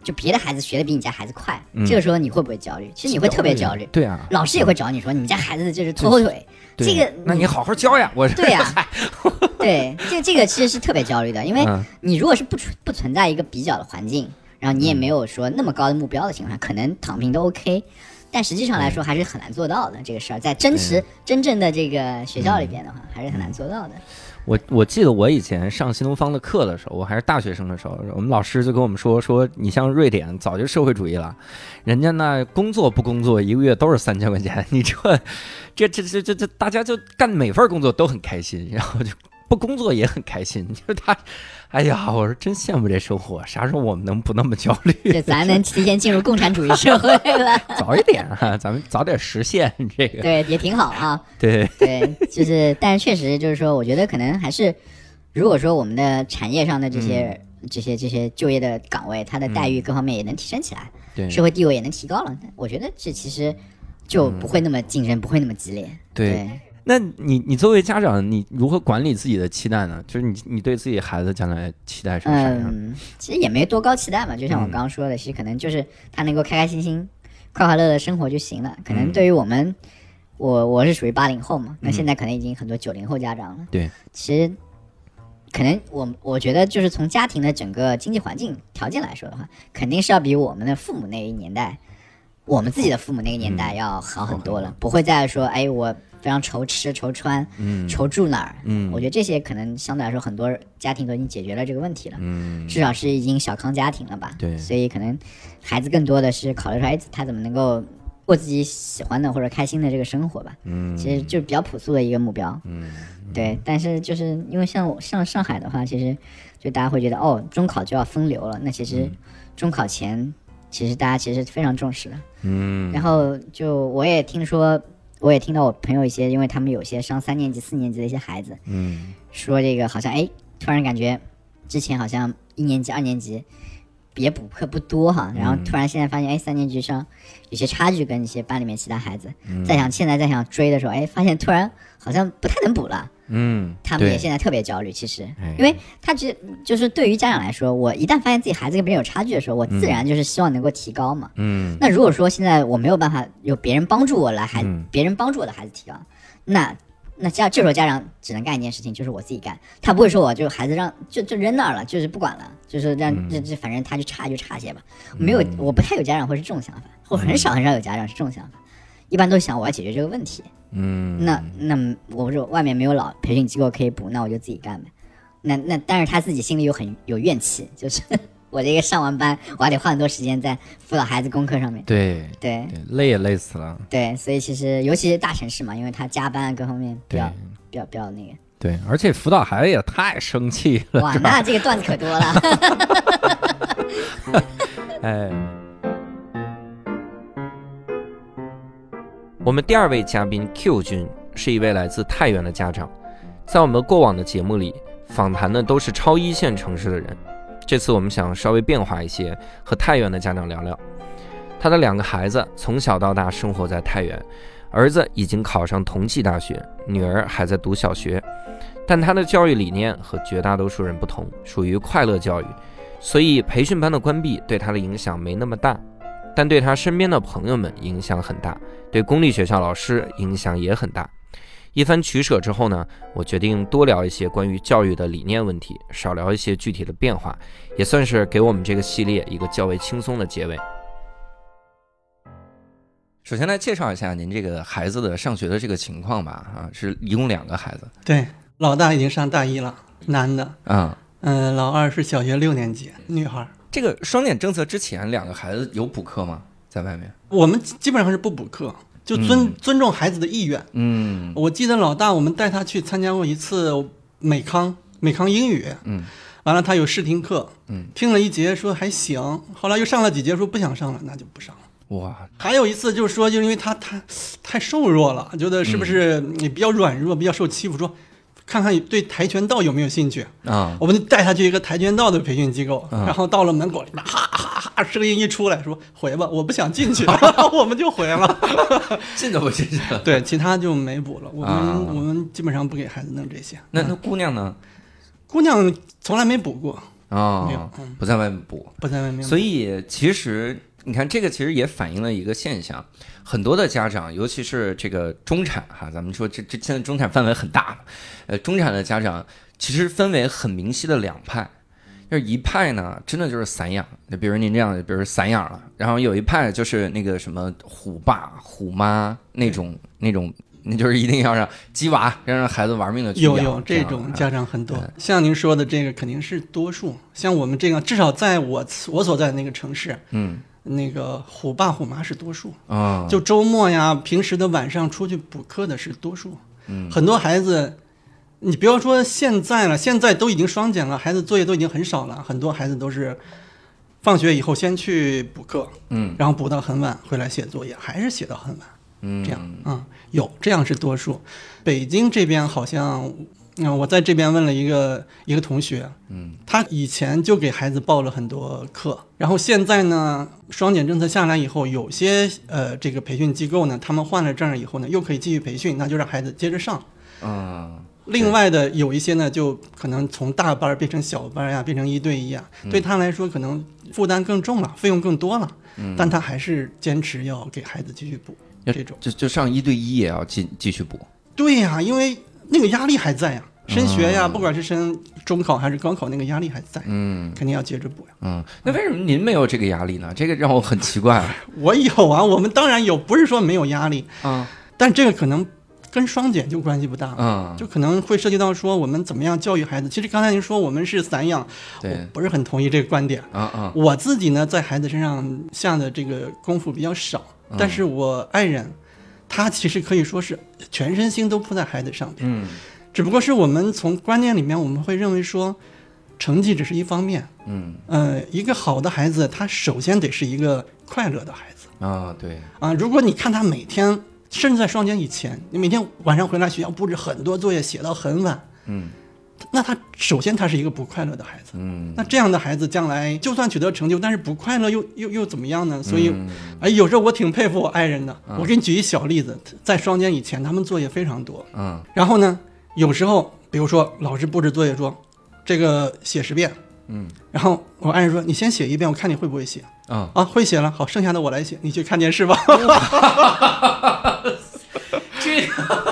就别的孩子学的比你家孩子快，嗯、这个时候你会不会焦虑？其实你会特别焦虑。 对啊， 老师也会找你说你们家孩子就是拖后腿，这个那你好好教呀。我对呀、啊，对，这这个其实是特别焦虑的，因为你如果是不存不存在一个比较的环境，然后你也没有说那么高的目标的情况下，可能躺平都 OK。但实际上来说还是很难做到的，这个事儿在真实真正的这个学校里边的话，还是很难做到的。 我我记得我以前上新东方的课的时候，我还是大学生的时候，我们老师就跟我们说说，你像瑞典早就社会主义了，人家那工作不工作一个月都是三千块钱，你这这这这这这大家就干每份工作都很开心，然后就不工作也很开心，就是他，哎呀，我说真羡慕这生活，啥时候我们能不那么焦虑？ 这咱能提前进入共产主义社会了， 早一点哈、啊，咱们早点实现这个， 对，也挺好啊。 对对，就是，但是确实就是说，我觉得可能还是，如果说我们的产业上的这些、嗯、这些这些就业的岗位，它的待遇各方面也能提升起来， 对、嗯， 社会地位也能提高了，我觉得这其实就不会那么竞争，嗯、不会那么激烈。 对。 对， 那你你作为家长，你如何管理自己的期待呢？就是你你对自己孩子将来期待是啥样？ 嗯，其实也没多高期待嘛，就像我刚刚说的，嗯、其实可能就是他能够开开心心、快快乐乐生活就行了。可能对于我们，嗯、我我是属于八零后嘛，那现在可能已经很多九零后家长了。 对， 其实可能我我觉得就是从家庭的整个经济环境条件来说的话，肯定是要比我们的父母那一年代，我们自己的父母那个年代要好很多了，嗯、不会再说哎我。非常愁吃愁穿，嗯，愁住哪儿，嗯，我觉得这些可能相对来说很多家庭都已经解决了这个问题了，嗯，至少是已经小康家庭了吧， 对， 所以可能孩子更多的是考虑说，哎，他怎么能够过自己喜欢的或者开心的这个生活吧，嗯，其实就是比较朴素的一个目标，嗯，对，但是就是因为像像上海的话，其实就大家会觉得哦，中考就要分流了，那其实中考前其实大家其实非常重视的，嗯，然后就我也听说。我也听到我朋友一些，因为他们有些上三年级、四年级的一些孩子，嗯，说这个好像哎，突然感觉之前好像一年级、二年级也补课不多哈，然后突然现在发现哎，三年级上有些差距跟一些班里面其他孩子，嗯、再想现在再想追的时候，哎，发现突然好像不太能补了。嗯，他们也现在特别焦虑，其实，因为他觉就是对于家长来说，我一旦发现自己孩子跟别人有差距的时候，我自然就是希望能够提高嘛。嗯，那如果说现在我没有办法有别人帮助我来孩，嗯、别人帮助我的孩子提高，那那这这时候家长只能干一件事情，就是我自己干，他不会说我就孩子让就就扔那儿了，就是不管了，就是让这这反正他就差就差些吧。没有，我不太有家长会是这种想法，或很少很少有家长是这种想法，一般都想我要解决这个问题。嗯，那那我说外面没有老培训机构可以补，那我就自己干呗。那那但是他自己心里又很有怨气，就是我这个上完班，我还得花很多时间在辅导孩子功课上面。 对对, 对，累也累死了。 对，所以其实尤其是大城市嘛，因为他加班各方面比较比较比较那个。 对，而且辅导孩子也太生气了。 哇，那这个段子可多了。 哎。我们第二位嘉宾 Q 君是一位来自太原的家长，在我们过往的节目里访谈的都是超一线城市的人，这次我们想稍微变化一些，和太原的家长聊聊。他的两个孩子从小到大生活在太原，儿子已经考上同济大学，女儿还在读小学，但他的教育理念和绝大多数人不同，属于快乐教育，所以培训班的关闭对他的影响没那么大，但对他身边的朋友们影响很大，对公立学校老师影响也很大。一番取舍之后呢，我决定多聊一些关于教育的理念问题，少聊一些具体的变化，也算是给我们这个系列一个较为轻松的结尾。首先来介绍一下您这个孩子的上学的这个情况吧，啊，是一共两个孩子。 对，老大已经上大一了，男的，嗯嗯、呃，老二是小学六年级，女孩。 这个双减政策之前，两个孩子有补课吗？在外面？ 我们基本上是不补课，就尊、嗯、尊重孩子的意愿。嗯，我记得老大，我们带他去参加过一次美康美康英语，嗯，完了他有试听课，嗯，听了一节说还行，后来又上了几节说不想上了，那就不上了。哇，还有一次就是说，就是因为他太太瘦弱了，觉得是不是你比较软弱，比较受欺负，说看看对跆拳道有没有兴趣啊？我们就带他去一个跆拳道的培训机构，然后到了门口里面，哈哈哈，声音一出来说回吧，我不想进去，我们就回了， 进都不进去了。 对，其他就没补了。我们、啊、我们基本上不给孩子弄这些。 那那姑娘呢？ 姑娘从来没补过。 哦， 没有、嗯， 不在外面补， 不在外面补。 所以其实你看，这个其实也反映了一个现象，很多的家长，尤其是这个中产哈，咱们说这这现在中产范围很大，呃，中产的家长其实分为很明晰的两派。就是一派呢，真的就是散养，就比如您这样，比如散养了，然后有一派就是那个什么虎爸虎妈那种那种，那就是一定要让鸡娃，要让孩子玩命的去养。 有有这种家长很多，像您说的这个肯定是多数。像我们这个，至少在我我所在的那个城市，嗯，那个虎爸虎妈是多数啊、哦，就周末呀、平时的晚上出去补课的是多数。嗯，很多孩子。你不要说现在了，现在都已经双减了，孩子作业都已经很少了，很多孩子都是放学以后先去补课，嗯，然后补到很晚回来写作业，还是写到很晚，嗯，这样啊、嗯，有这样是多数。北京这边好像，嗯，我在这边问了一个一个同学，嗯，他以前就给孩子报了很多课，然后现在呢，双减政策下来以后，有些呃这个培训机构呢，他们换了证以后呢，又可以继续培训，那就让孩子接着上，嗯。另外的有一些呢，就可能从大班变成小班呀，变成一对一啊，嗯、对他来说可能负担更重了，费用更多了，嗯、但他还是坚持要给孩子继续补。这种就就上一对一也要继继续补。 对呀、啊，因为那个压力还在呀、啊，升学呀、嗯，不管是升中考还是高考，那个压力还在，嗯，肯定要接着补呀。 嗯，那为什么您没有这个压力呢？这个让我很奇怪。 我有啊，我们当然有，不是说没有压力啊、嗯，但这个可能。跟双减就关系不大，嗯，就可能会涉及到说我们怎么样教育孩子。其实刚才您说我们是散养，我不是很同意这个观点。啊啊，我自己呢在孩子身上下的这个功夫比较少，嗯、但是我爱人，他其实可以说是全身心都扑在孩子上边。嗯，只不过是我们从观念里面我们会认为说，成绩只是一方面。嗯，呃，一个好的孩子，他首先得是一个快乐的孩子。 啊，对。啊， 如果你看他每天。甚至在双减以前，你每天晚上回来学校布置很多作业，写到很晚，嗯，那他首先他是一个不快乐的孩子，嗯，那这样的孩子将来就算取得成就，但是不快乐又又又怎么样呢？所以，嗯、哎，有时候我挺佩服我爱人的。嗯、我给你举一小例子，在双减以前，他们作业非常多，嗯，然后呢，有时候比如说老师布置作业说，这个写十遍，嗯，然后我爱人说你先写一遍，我看你会不会写。啊啊，会写了，好，剩下的我来写，你去看电视吧。 这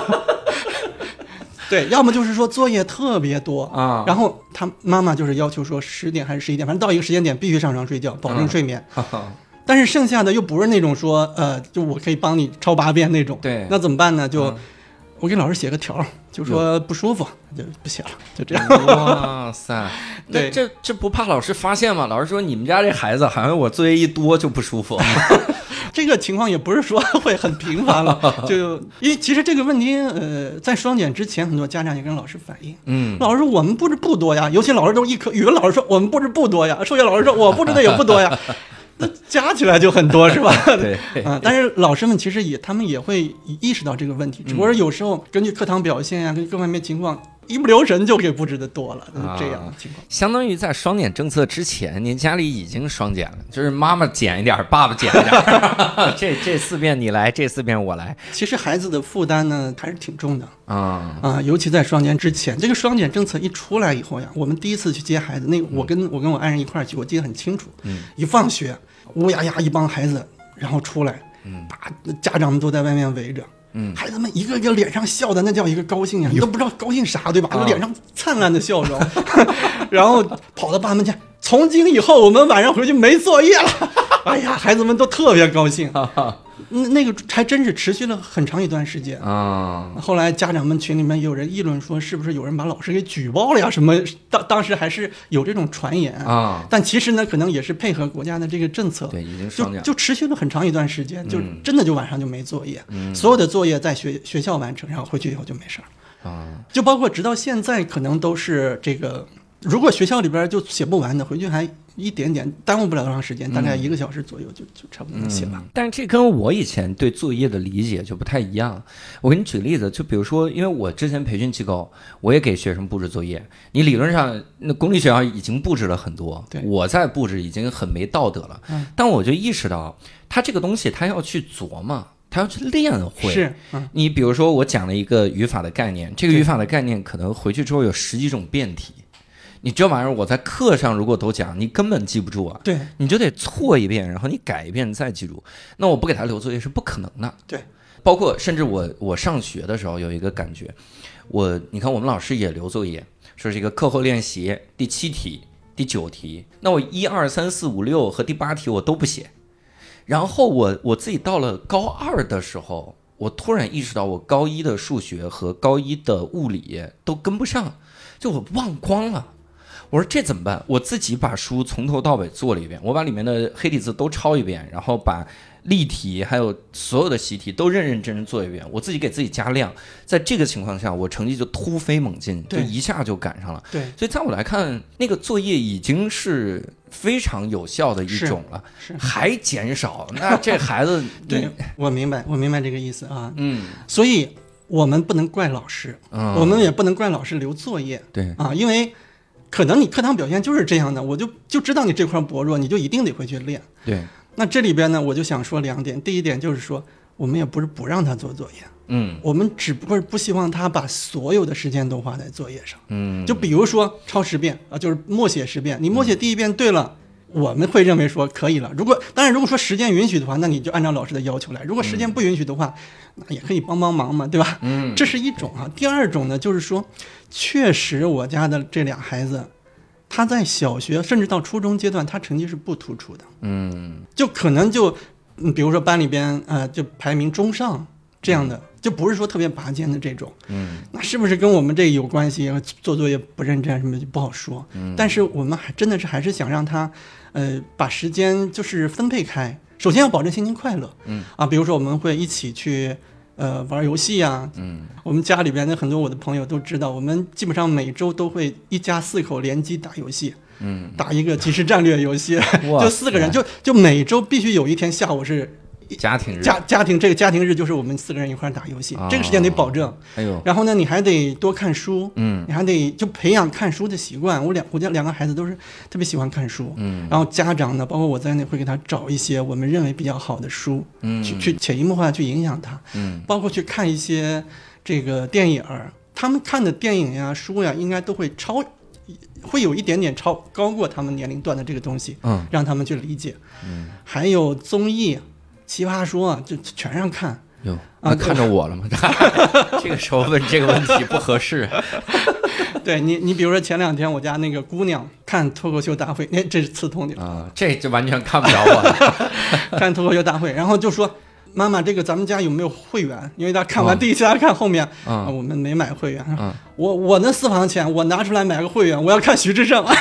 对，要么就是说作业特别多啊，然后他妈妈就是要求说十点还是十一点，反正到一个时间点必须上床睡觉，保证睡眠。啊、但是剩下的又不是那种说呃，就我可以帮你抄八遍那种。 对， 那怎么办呢？就、嗯、我给老师写个条，就说不舒服，就不写了，就这样。 哇塞，对，这这不怕老师发现吗？老师说你们家这孩子好像我作业一多就不舒服。 这个情况也不是说会很频繁了，就因为其实这个问题，呃，在双减之前，很多家长也跟老师反映，嗯，老师说我们布置不多呀，尤其老师都一科，语文老师说我们布置不多呀，数学老师说我布置的也不多呀。那加起来就很多是吧？ 对啊，但是老师们其实也他们也会意识到这个问题，只不过有时候根据课堂表现呀、啊，跟各方面情况，一不留神就给布置的多了，啊、这样的情况。 相当于在双减政策之前，您家里已经双减了，就是妈妈减一点，爸爸减一点，这这四遍你来，这四遍我来。 其实孩子的负担呢还是挺重的啊啊，尤其在双减之前，这个双减政策一出来以后呀，我们第一次去接孩子，那个、我跟我跟我爱人一块儿去，我记得很清楚，嗯，一放学。乌压压一帮孩子，然后出来，嗯，家长们都在外面围着，嗯，孩子们一个个脸上笑的那叫一个高兴呀，你都不知道高兴啥，对吧？啊、脸上灿烂的笑容，然后跑到爸妈家，从今以后我们晚上回去没作业了，哎呀，孩子们都特别高兴。那个还真是持续了很长一段时间啊。后来家长们群里面有人议论说，是不是有人把老师给举报了呀？什么当当时还是有这种传言啊。但其实呢，可能也是配合国家的这个政策， 对，已经双减， 就就持续了很长一段时间，就真的就晚上就没作业，嗯、所有的作业在学学校完成，然后回去以后就没事儿啊。就包括直到现在，可能都是这个，如果学校里边就写不完的，回去还。一点点耽误不了多长时间，大概一个小时左右就、嗯、就差不多能写完、 嗯。但是这跟我以前对作业的理解就不太一样。我给你举例子，就比如说，因为我之前培训机构，我也给学生布置作业。你理论上，那公立学校已经布置了很多， 对， 我在布置已经很没道德了。嗯、但我就意识到，他这个东西他要去琢磨。他要去练会， 是、 嗯、你比如说我讲了一个语法的概念，这个语法的概念可能回去之后有十几种变体。 你这玩意儿我在课上如果都讲，你根本记不住啊。 对， 你就得错一遍，然后你改一遍再记住。那我不给他留作业是不可能的。 对， 包括甚至我我上学的时候有一个感觉，我你看我们老师也留作业，说是一个课后练习第七题、第九题，那我一二三四五六和第八题我都不写。然后我我自己到了高二的时候，我突然意识到我高一的数学和高一的物理都跟不上，就我忘光了。我说这怎么办？我自己把书从头到尾做了一遍，我把里面的黑体字都抄一遍，然后把例题还有所有的习题都认认真真做一遍，我自己给自己加量。在这个情况下，我成绩就突飞猛进，就一下就赶上了。 对， 所以在我来看，那个作业已经是非常有效的一种了， 是还减少，那这孩子对，我明白，我明白这个意思啊。 嗯， 所以我们不能怪老师，嗯、我们也不能怪老师留作业。 对啊，因为可能你课堂表现就是这样的，我就就知道你这块薄弱，你就一定得回去练。 对， 那这里边呢，我就想说两点。第一点就是说，我们也不是不让他做作业，嗯，我们只不过是不希望他把所有的时间都花在作业上。嗯，就比如说抄十遍啊，就是默写十遍，你默写第一遍对了。嗯，我们会认为说可以了。如果当然，如果说时间允许的话，那你就按照老师的要求来；如果时间不允许的话，那也可以帮帮忙嘛，对吧？嗯，这是一种啊。第二种呢，就是说，确实我家的这俩孩子，他在小学甚至到初中阶段，他成绩是不突出的。嗯，就可能就，嗯，比如说班里边呃，就排名中上这样的。嗯，就不是说特别拔尖的这种，嗯，那是不是跟我们这有关系？做作业不认真什么就不好说。嗯，但是我们还真的是还是想让他，呃，把时间就是分配开。首先要保证心情快乐，嗯啊，比如说我们会一起去，呃，玩游戏呀，嗯，我们家里边的很多我的朋友都知道，我们基本上每周都会一家四口联机打游戏，嗯，打一个即时战略游戏，就四个人，就就每周必须有一天下午是。 家庭日， 家家庭这个家庭日就是我们四个人一块打游戏，哦，这个时间得保证。哎呦，然后呢，你还得多看书，嗯，你还得就培养看书的习惯。我两我家两个孩子都是特别喜欢看书，嗯，然后家长呢，包括我在内，会给他找一些我们认为比较好的书，嗯，去去潜移默化去影响他，嗯，包括去看一些这个电影，他们看的电影呀、书呀，应该都会超。会有一点点超高过他们年龄段的这个东西，嗯，让他们去理解，嗯，还有综艺。奇葩说就全让看哟，那看着我了吗？这个时候问这个问题不合适。 对你，你比如说前两天我家那个姑娘看脱口秀大会，哎，这是刺痛你啊，这就完全看不着我了。 看脱口秀大会，然后就说妈妈，这个咱们家有没有会员？因为他看完第一次，他看后面，嗯啊，我们没买会员。嗯，我我那私房钱，我拿出来买个会员，我要看徐志胜。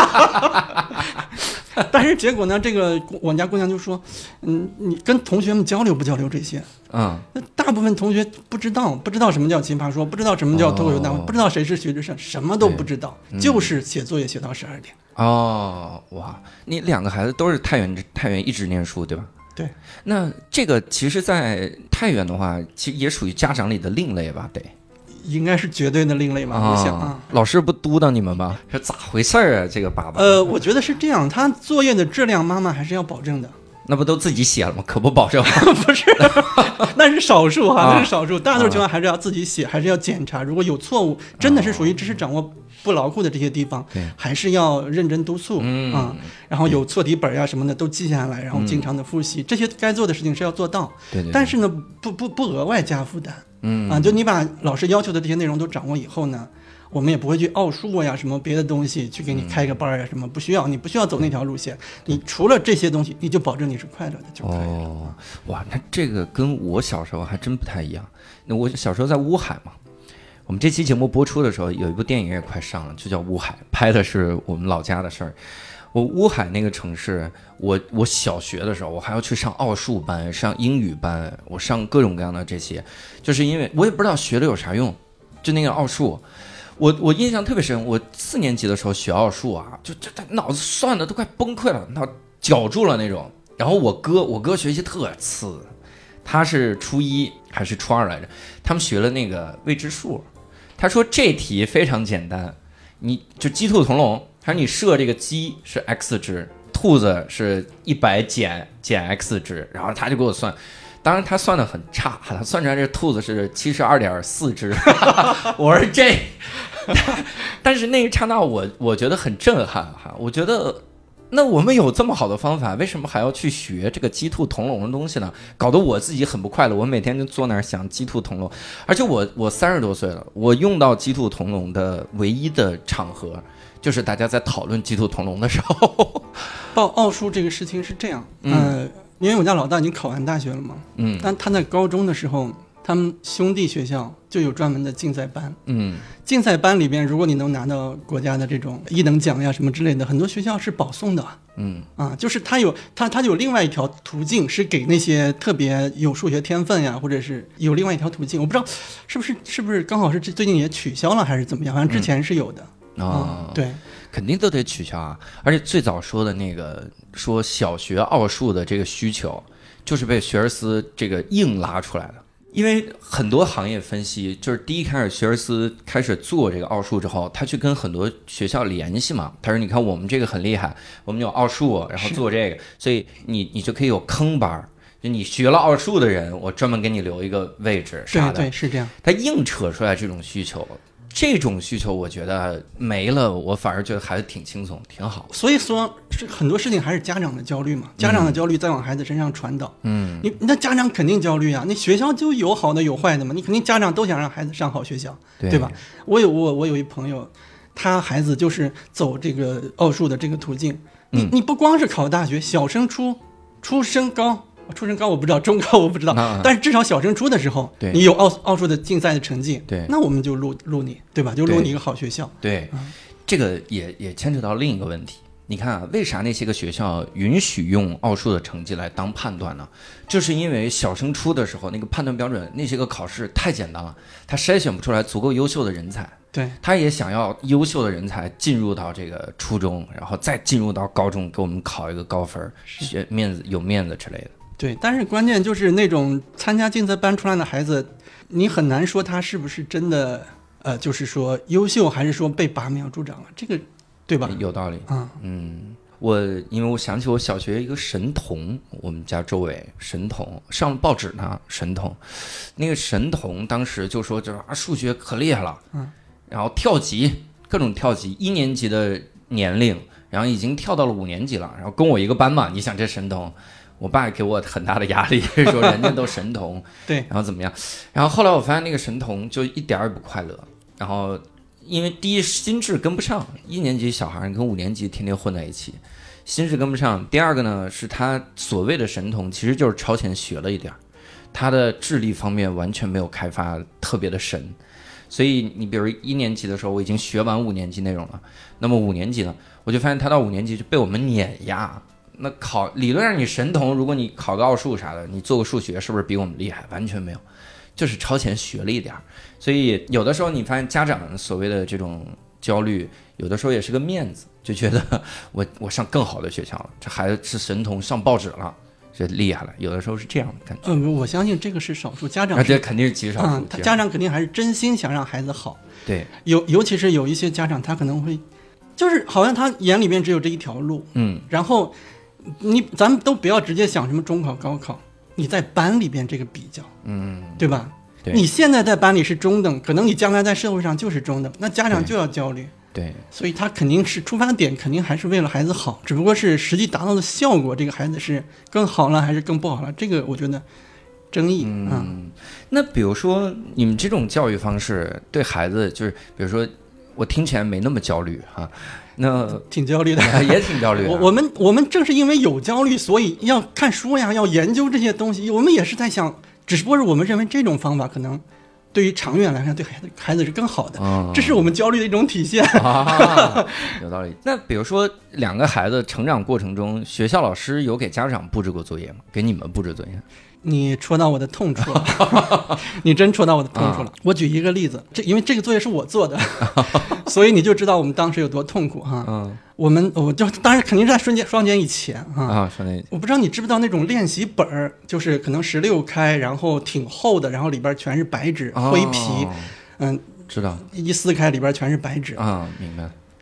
但是结果呢？这个我家姑娘就说：“嗯，你跟同学们交流不交流这些？嗯，那大部分同学不知道，不知道什么叫奇葩说，不知道什么叫脱口秀大会，哦，不知道谁是徐志胜，什么都不知道，嗯，就是写作业写到十二点。 哦，哇！你两个孩子都是太原太原一直念书，对吧？ 对。 那这个其实，在太原的话，其实也属于家长里的另类吧？得。” 应该是绝对的另类吧， 哦， 我想啊， 老师不督导你们吗？是咋回事啊？这个爸爸， 呃，我觉得是这样，他作业的质量，妈妈还是要保证的。 那不都自己写了吗？可不保证。 不是，那是少数哈，那是少数，大多数情况还是要自己写，还是要检查。如果有错误，真的是属于知识掌握不牢固的这些地方，哦，还是要认真督促，嗯啊，然后有错题本呀什么的都记下来，然后经常的复习，嗯，这些该做的事情是要做到。 对对。 但是呢，不不不额外加负担。嗯啊，就你把老师要求的这些内容都掌握以后呢，我们也不会去奥数呀什么别的东西去给你开个班呀什么，不需要，你不需要走那条路线。你除了这些东西，你就保证你是快乐的就可以了。 哦，哇，那这个跟我小时候还真不太一样。那我小时候在乌海嘛，我们这期节目播出的时候，有一部电影也快上了，就叫《乌海》，拍的是我们老家的事儿。我乌海那个城市，我我小学的时候，我还要去上奥数班、上英语班，我上各种各样的这些，就是因为我也不知道学了有啥用，就那个奥数，我我印象特别深。我四年级的时候学奥数啊，就就脑子算的都快崩溃了，脑绞住了那种。然后我哥，我哥学习特次，他是初一还是初二来着？他们学了那个未知数，他说这题非常简单，你就鸡兔同笼。他说你设这个鸡是 x 值，兔子是一百减减 x 值，然后他就给我算。 当然他算的很差，他算出来这兔子是七十二点四只，我说这，但是那一刹那我我觉得很震撼哈，我觉得。那我们有这么好的方法，为什么还要去学这个鸡兔同笼的东西呢？搞得我自己很不快乐，我每天就坐那儿想鸡兔同笼，而且我我三十多岁了，我用到鸡兔同笼的唯一的场合，就是大家在讨论鸡兔同笼的时候。 报奥数这个事情是这样，嗯、呃，因为我家老大已经考完大学了嘛，嗯，但他在高中的时候，他们兄弟学校就有专门的竞赛班，嗯，竞赛班里边，如果你能拿到国家的这种一等奖呀什么之类的，很多学校是保送的，嗯，啊，就是他有他他有另外一条途径，是给那些特别有数学天分呀，或者是有另外一条途径，我不知道是不是是不是刚好是最近也取消了还是怎么样，反正之前是有的。嗯哦、 嗯，对， 肯定都得取消啊！而且最早说的那个说小学奥数的这个需求，就是被学而思这个硬拉出来的。因为很多行业分析，就是第一开始学而思开始做这个奥数之后，他去跟很多学校联系嘛。他说：“你看我们这个很厉害，我们有奥数，然后做这个，所以你你就可以有坑班。”就你学了奥数的人，我专门给你留一个位置啥的。 对对，是这样。 他硬扯出来这种需求。这种需求我觉得没了，我反而觉得孩子挺轻松，挺好。 所以说，是很多事情还是家长的焦虑嘛，家长的焦虑再往孩子身上传导。嗯，你那家长肯定焦虑啊，那学校就有好的有坏的嘛，你肯定家长都想让孩子上好学校， 对, 对吧？我有我我有一朋友，他孩子就是走这个奥数的这个途径。你、嗯、你不光是考大学，小升初、初升高。初升高我不知道，中高我不知道，啊、但是至少小升初的时候，你有奥奥数的竞赛的成绩， 对， 那我们就录录你，对吧？就录你一个好学校。 对，对嗯、这个也也牵扯到另一个问题。你看啊，为啥那些个学校允许用奥数的成绩来当判断呢？就是因为小升初的时候那个判断标准，那些个考试太简单了，他筛选不出来足够优秀的人才。 对， 他也想要优秀的人才进入到这个初中，然后再进入到高中，给我们考一个高分，学面子有面子之类的。 对，但是关键就是那种参加竞赛班出来的孩子，你很难说他是不是真的，呃，就是说优秀，还是说被拔苗助长了，这个，对吧？ 有道理。 嗯嗯，我因为我想起我小学一个神童，我们家周围神童上了报纸呢，神童，那个神童当时就说就是啊，数学可厉害了，嗯，然后跳级，各种跳级，一年级的年龄，然后已经跳到了五年级了，然后跟我一个班嘛，你想这神童。我爸给我很大的压力，说人家都神童， 对， 然后怎么样？然后后来我发现那个神童就一点也不快乐。然后因为第一心智跟不上，一年级小孩跟五年级天天混在一起，心智跟不上。第二个呢，是他所谓的神童其实就是超前学了一点，他的智力方面完全没有开发特别的深。所以你比如一年级的时候我已经学完五年级内容了，那么五年级呢，我就发现他到五年级就被我们碾压。那考理论上你神童，如果你考个奥数啥的，你做个数学是不是比我们厉害？完全没有，就是超前学了一点。所以有的时候你发现家长所谓的这种焦虑，有的时候也是个面子，就觉得我我上更好的学校了，这孩子是神童上报纸了，这厉害了。有的时候是这样的感觉。 嗯，我相信这个是少数，家长这肯定是极少数。 嗯，他家长肯定还是真心想让孩子好。 对， 尤尤其是有一些家长，他可能会就是好像他眼里面只有这一条路，嗯，然后。你咱们都不要直接想什么中考高考，你在班里边这个比较，嗯，对吧？ 对， 你现在在班里是中等，可能你将来在社会上就是中等，那家长就要焦虑。 对， 所以他肯定是出发点肯定还是为了孩子好，只不过是实际达到的效果，这个孩子是更好了还是更不好了，这个我觉得争议。嗯， 嗯那比如说你们这种教育方式对孩子，就是比如说我听起来没那么焦虑哈。那挺焦虑的， 也挺焦虑的。 我我们我们正是因为有焦虑，所以要看书呀，要研究这些东西。我们也是在想，只不过是我们认为这种方法可能对于长远来看，对孩子孩子是更好的。嗯、这是我们焦虑的一种体现。 啊、有道理。那比如说两个孩子成长过程中，学校老师有给家长布置过作业吗？给你们布置作业？ 你戳到我的痛处了，你真戳到我的痛处了。我举一个例子，这因为这个作业是我做的，所以你就知道我们当时有多痛苦哈。嗯，我们我就当然肯定是在双减双减以前哈。 啊，双减以前。 我不知道你知不知道那种练习本儿，就是可能十六开，然后挺厚的，然后里边全是白纸、灰皮，嗯， 知道。 一撕开里边全是白纸啊，明白。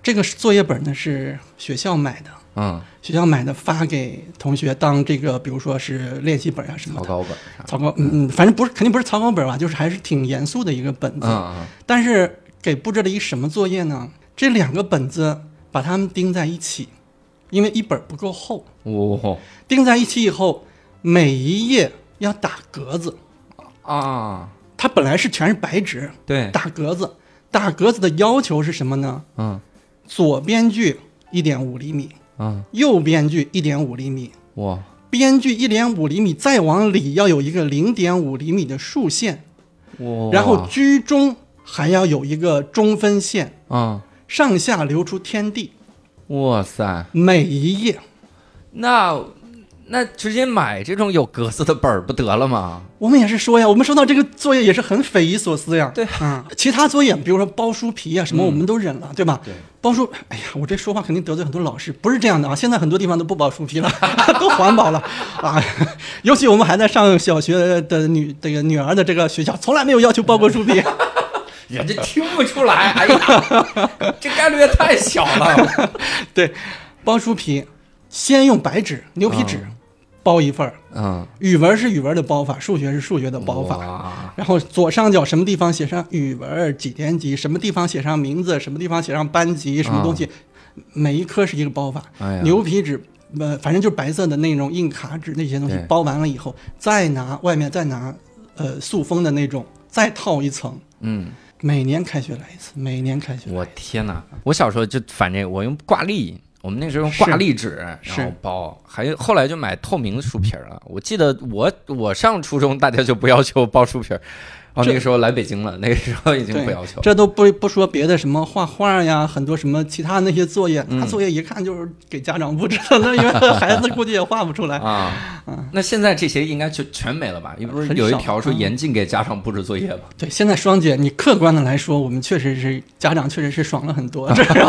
这个作业本呢是学校买的， 嗯， 学校买的发给同学当这个，比如说是练习本啊什么的。 草稿本。 草稿，嗯嗯，反正不是，肯定不是草稿本吧，就是还是挺严肃的一个本子。 嗯嗯。 但是给布置了一什么作业呢？这两个本子把它们钉在一起，因为一本不够厚。 哦。 钉在一起以后，每一页要打格子。 啊。 它本来是全是白纸， 对， 打格子。打格子的要求是什么呢？ 嗯， 左边距一点五厘米， 嗯， 右边距一点五厘米， 哇， 边距一点五厘米，再往里要有一个零点五厘米的竖线， 哇， 然后居中还要有一个中分线， 嗯， 上下留出天地。 哇塞， 每一页， 那那直接买这种有格子的本儿不得了吗？ 我们也是说呀，我们收到这个作业也是很匪夷所思呀。 对， 嗯，其他作业比如说包书皮啊什么，我们都忍了，嗯、对吧？ 对， 包书，哎呀，我这说话肯定得罪很多老师，不是这样的啊。现在很多地方都不包书皮了，都环保了啊。尤其我们还在上小学的女这个女儿的这个学校，从来没有要求包过书皮。 人家听不出来，哎呀，这概率也太小了。 对，包书皮，先用白纸、牛皮纸。嗯包一份儿， 嗯， 语文是语文的包法，数学是数学的包法，然后左上角什么地方写上语文几年级，什么地方写上名字，什么地方写上班级，什么东西，嗯、每一科是一个包法。 哎、 牛皮纸，呃，反正就是白色的那种硬卡纸那些东西，包完了以后，再拿外面再拿呃塑封的那种，再套一层， 嗯。 每年开学来一次，每年开学来一次。 我天哪！我小时候就反正我用挂历。我们那时候用挂历纸，然后包，还后来就买透明的书皮了。我记得我我上初中，大家就不要求包书皮，哦，那个时候来北京了，那个时候已经不要求。 这都不不说别的，什么画画呀，很多什么其他那些作业， 嗯、 那作业一看就是给家长布置的，那因为孩子估计也画不出来啊。嗯、那现在这些应该就全没了吧？因为不是有一条说严禁给家长布置作业吗？ 嗯、对，现在双姐，你客观的来说，我们确实是家长确实是爽了很多。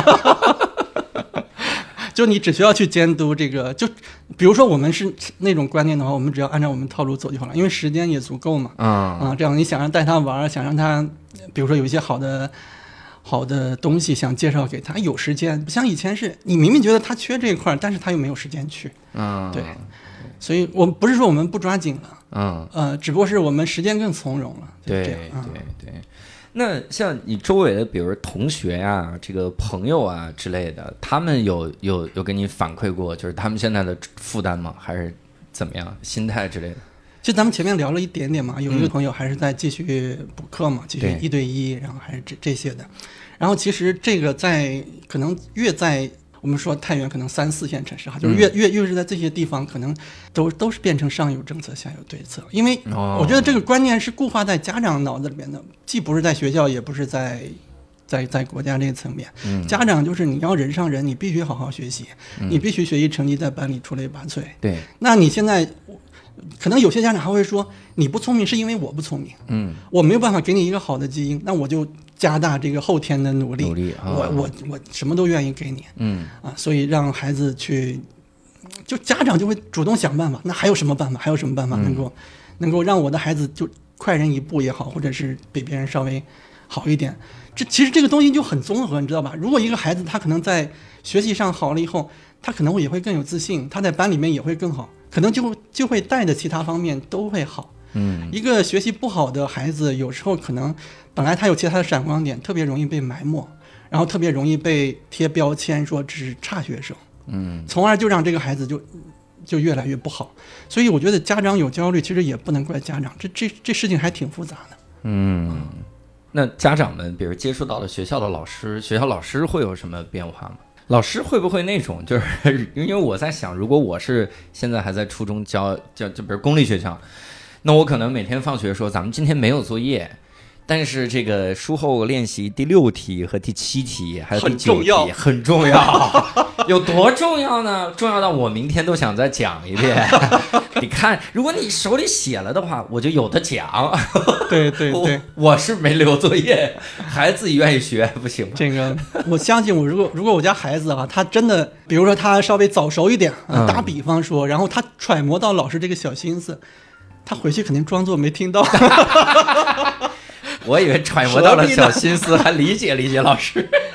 就你只需要去监督这个，就比如说我们是那种观念的话，我们只要按照我们套路走就好了，因为时间也足够嘛。 嗯啊，这样你想让带他玩，想让他，比如说有一些好的好的东西想介绍给他，有时间，不像以前是你明明觉得他缺这一块，但是他又没有时间去。 嗯， 对，所以我不是说我们不抓紧了， 嗯， 呃，只不过是我们时间更从容了。 对对对。那像你周围的，比如同学啊、这个朋友啊之类的，他们有有有给你反馈过，就是他们现在的负担吗？还是怎么样，心态之类的？ 就咱们前面聊了一点点嘛，有一个朋友还是在继续补课嘛，继续一对一，然后还是这这些的。然后其实这个在可能越在我们说太原可能三四线城市哈，就是越越越是在这些地方，可能都都是变成上有政策下有对策，因为我觉得这个观念是固化在家长脑子里面的，既不是在学校，也不是在在在国家这个层面。 嗯， 家长就是你要人上人，你必须好好学习， 嗯、 你必须学习成绩在班里出类拔萃。 对， 那你现在可能有些家长还会说，你不聪明是因为我不聪明， 嗯， 我没有办法给你一个好的基因，那我就加大这个后天的努力， 努力， 我我我什么都愿意给你， 嗯啊，所以让孩子去，就家长就会主动想办法。那还有什么办法？还有什么办法能够、嗯、能够让我的孩子就快人一步也好，或者是比别人稍微好一点？这其实这个东西就很综合，你知道吧？如果一个孩子他可能在学习上好了以后，他可能也会更有自信，他在班里面也会更好，可能就就会带的其他方面都会好。 嗯， 一个学习不好的孩子，有时候可能本来他有其他的闪光点，特别容易被埋没，然后特别容易被贴标签，说只是差学生， 嗯， 从而就让这个孩子就就越来越不好。所以我觉得家长有焦虑，其实也不能怪家长，这这这事情还挺复杂的。 嗯，那家长们，比如接触到了学校的老师，学校老师会有什么变化吗？老师会不会那种，就是因为我在想，如果我是现在还在初中教教，就比如公立学校。那我可能每天放学说咱们今天没有作业，但是这个书后练习第六题和第七题还有第九题很重要，有多重要呢？重要到我明天都想再讲一遍。你看，如果你手里写了的话，我就有的讲。 对对对， 我, 我是没留作业，孩子自己愿意学不行吗？ 这个我相信，我如果如果我家孩子啊，他真的，比如说他稍微早熟一点，嗯、打比方说，然后他揣摩到老师这个小心思。他回去肯定装作没听到。 我以为揣摩到了小心思，还理解理解老师。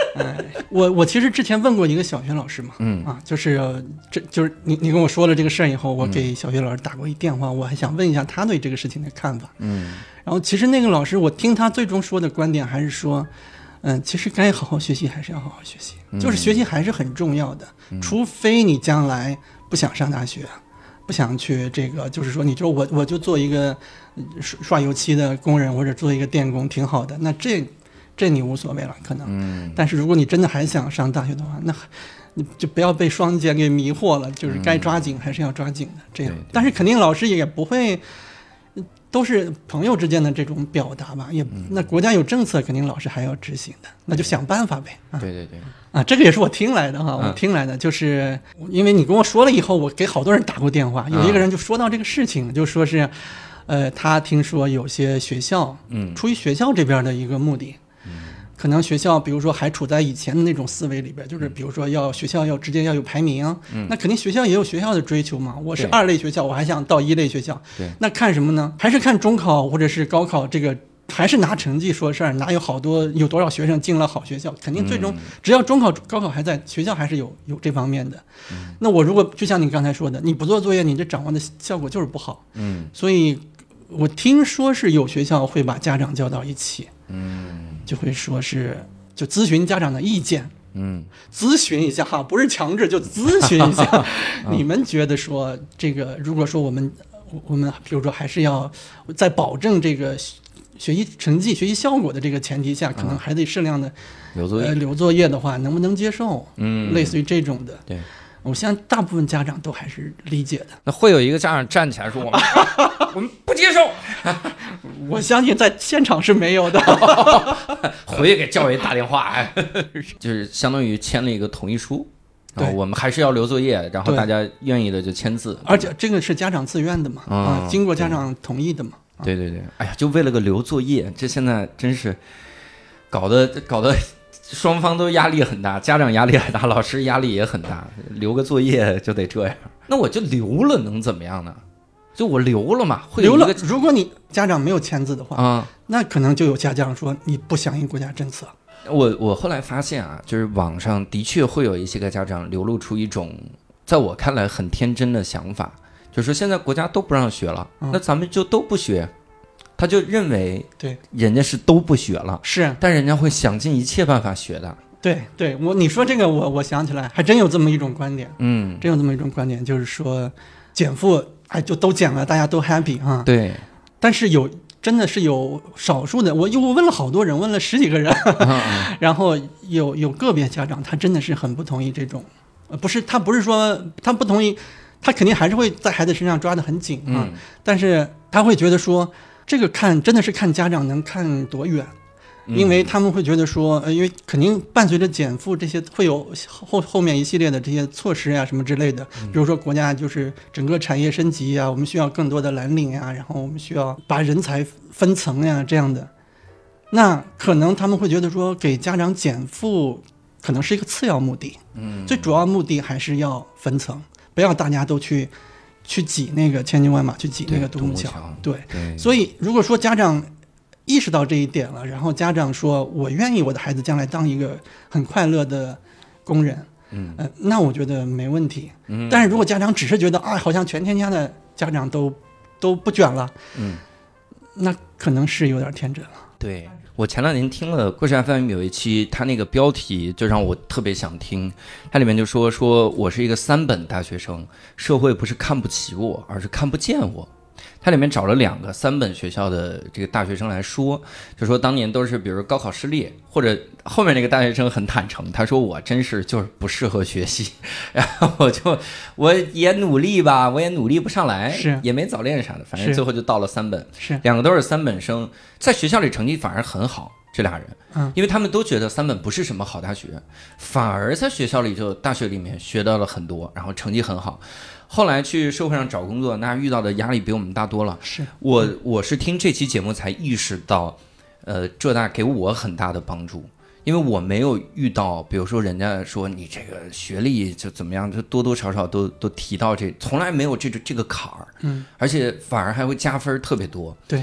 哎，我我其实之前问过一个小学老师嘛，嗯啊，就是这就是你你跟我说了这个事儿以后，我给小学老师打过一电话，我还想问一下他对这个事情的看法。嗯，然后其实那个老师，我听他最终说的观点还是说，嗯，其实该好好学习还是要好好学习，就是学习还是很重要的，嗯、除非你将来不想上大学。不想去这个，就是说，你就我我就做一个刷油漆的工人，或者做一个电工，挺好的。那这这你无所谓了，可能。嗯。但是如果你真的还想上大学的话，那你就不要被双减给迷惑了，就是该抓紧还是要抓紧的。这样。但是肯定老师也不会，都是朋友之间的这种表达吧？也那国家有政策，肯定老师还要执行的，那就想办法呗。啊、 对对对。 啊，这个也是我听来的哈，我听来的，就是因为你跟我说了以后，我给好多人打过电话，有一个人就说到这个事情，就说是，呃，他听说有些学校，嗯，出于学校这边的一个目的，嗯，可能学校比如说还处在以前的那种思维里边，就是比如说要学校要直接要有排名，嗯，那肯定学校也有学校的追求嘛，我是二类学校，我还想到一类学校，对，那看什么呢？还是看中考或者是高考这个。还是拿成绩说事儿，哪有好多有多少学生进了好学校？肯定最终只要中考、高考还在，学校还是有有这方面的。嗯、那我如果就像你刚才说的，你不做作业，你这掌握的效果就是不好。嗯，所以我听说是有学校会把家长叫到一起，嗯，就会说是就咨询家长的意见。嗯，咨询一下哈，不是强制，就咨询一下。你们觉得说这个，如果说我们我们比如说还是要在保证这个。学习成绩、学习效果的这个前提下，可能还得适量的留作业、呃、 留作业的话，能不能接受？嗯，类似于这种的。 对， 我相信大部分家长都还是理解的。 那会有一个家长站起来说：“我们我们不接受。” 我相信在现场是没有的。 回去给教委打电话，就是相当于签了一个同意书。然后我们还是要留作业，然后大家愿意的就签字。 而且这个是家长自愿的嘛？嗯、啊，经过家长同意的嘛？ 对对对，哎呀，就为了个留作业，这现在真是搞得搞得双方都压力很大，家长压力很大，老师压力也很大，留个作业就得这样。那我就留了，能怎么样呢？就我留了嘛，会留了。如果你家长没有签字的话，啊、嗯，那可能就有家长说你不响应国家政策。 我我后来发现啊，就是网上的确会有一些个家长流露出一种，在我看来很天真的想法。就是说现在国家都不让学了，嗯、那咱们就都不学，他就认为对人家是都不学了， 是， 但人家会想尽一切办法学的。 对对，我你说这个我我想起来，还真有这么一种观点，嗯，真有这么一种观点，就是说减负，哎，就都减了，大家都 happy 啊。 对， 但是有真的是有少数的，我我问了好多人，问了十几个人，嗯、然后有有个别家长他真的是很不同意这种，呃，不是他不是说他不同意。他肯定还是会在孩子身上抓得很紧啊，嗯、但是他会觉得说，这个看真的是看家长能看多远，嗯、因为他们会觉得说，呃，因为肯定伴随着减负这些会有后后面一系列的这些措施呀、啊、什么之类的，比如说国家就是整个产业升级啊，我们需要更多的蓝领呀，然后我们需要把人才分层呀这样的，那可能他们会觉得说，给家长减负可能是一个次要目的，嗯，最主要目的还是要分层。不要大家都去去挤那个千军万马去挤那个独木桥，对，对，所以如果说家长意识到这一点了，然后家长说我愿意我的孩子将来当一个很快乐的工人，嗯、呃，那我觉得没问题。嗯，但是如果家长只是觉得啊，好像全天下的家长都都不卷了，嗯，那可能是有点天真了。 对。我前两年听了故事 F M 有一期，他那个标题就让我特别想听。它里面就说说我是一个三本大学生，社会不是看不起我，而是看不见我。它里面找了两个三本学校的这个大学生来说，就说当年都是比如高考失利，或者后面那个大学生很坦诚，他说我真是就是不适合学习，然后我就我也努力吧，我也努力不上来， 是也没早恋啥的，反正最后就到了三本， 是两个都是三本生，在学校里成绩反而很好。这俩人，嗯，因为他们都觉得三本不是什么好大学，反而在学校里就大学里面学到了很多，然后成绩很好。后来去社会上找工作，那遇到的压力比我们大多了。 是我我是听这期节目才意识到，呃，浙大给我很大的帮助，因为我没有遇到，比如说人家说你这个学历就怎么样，就多多少少都都提到这，从来没有这个这个坎儿，嗯，而且反而还会加分特别多。 对。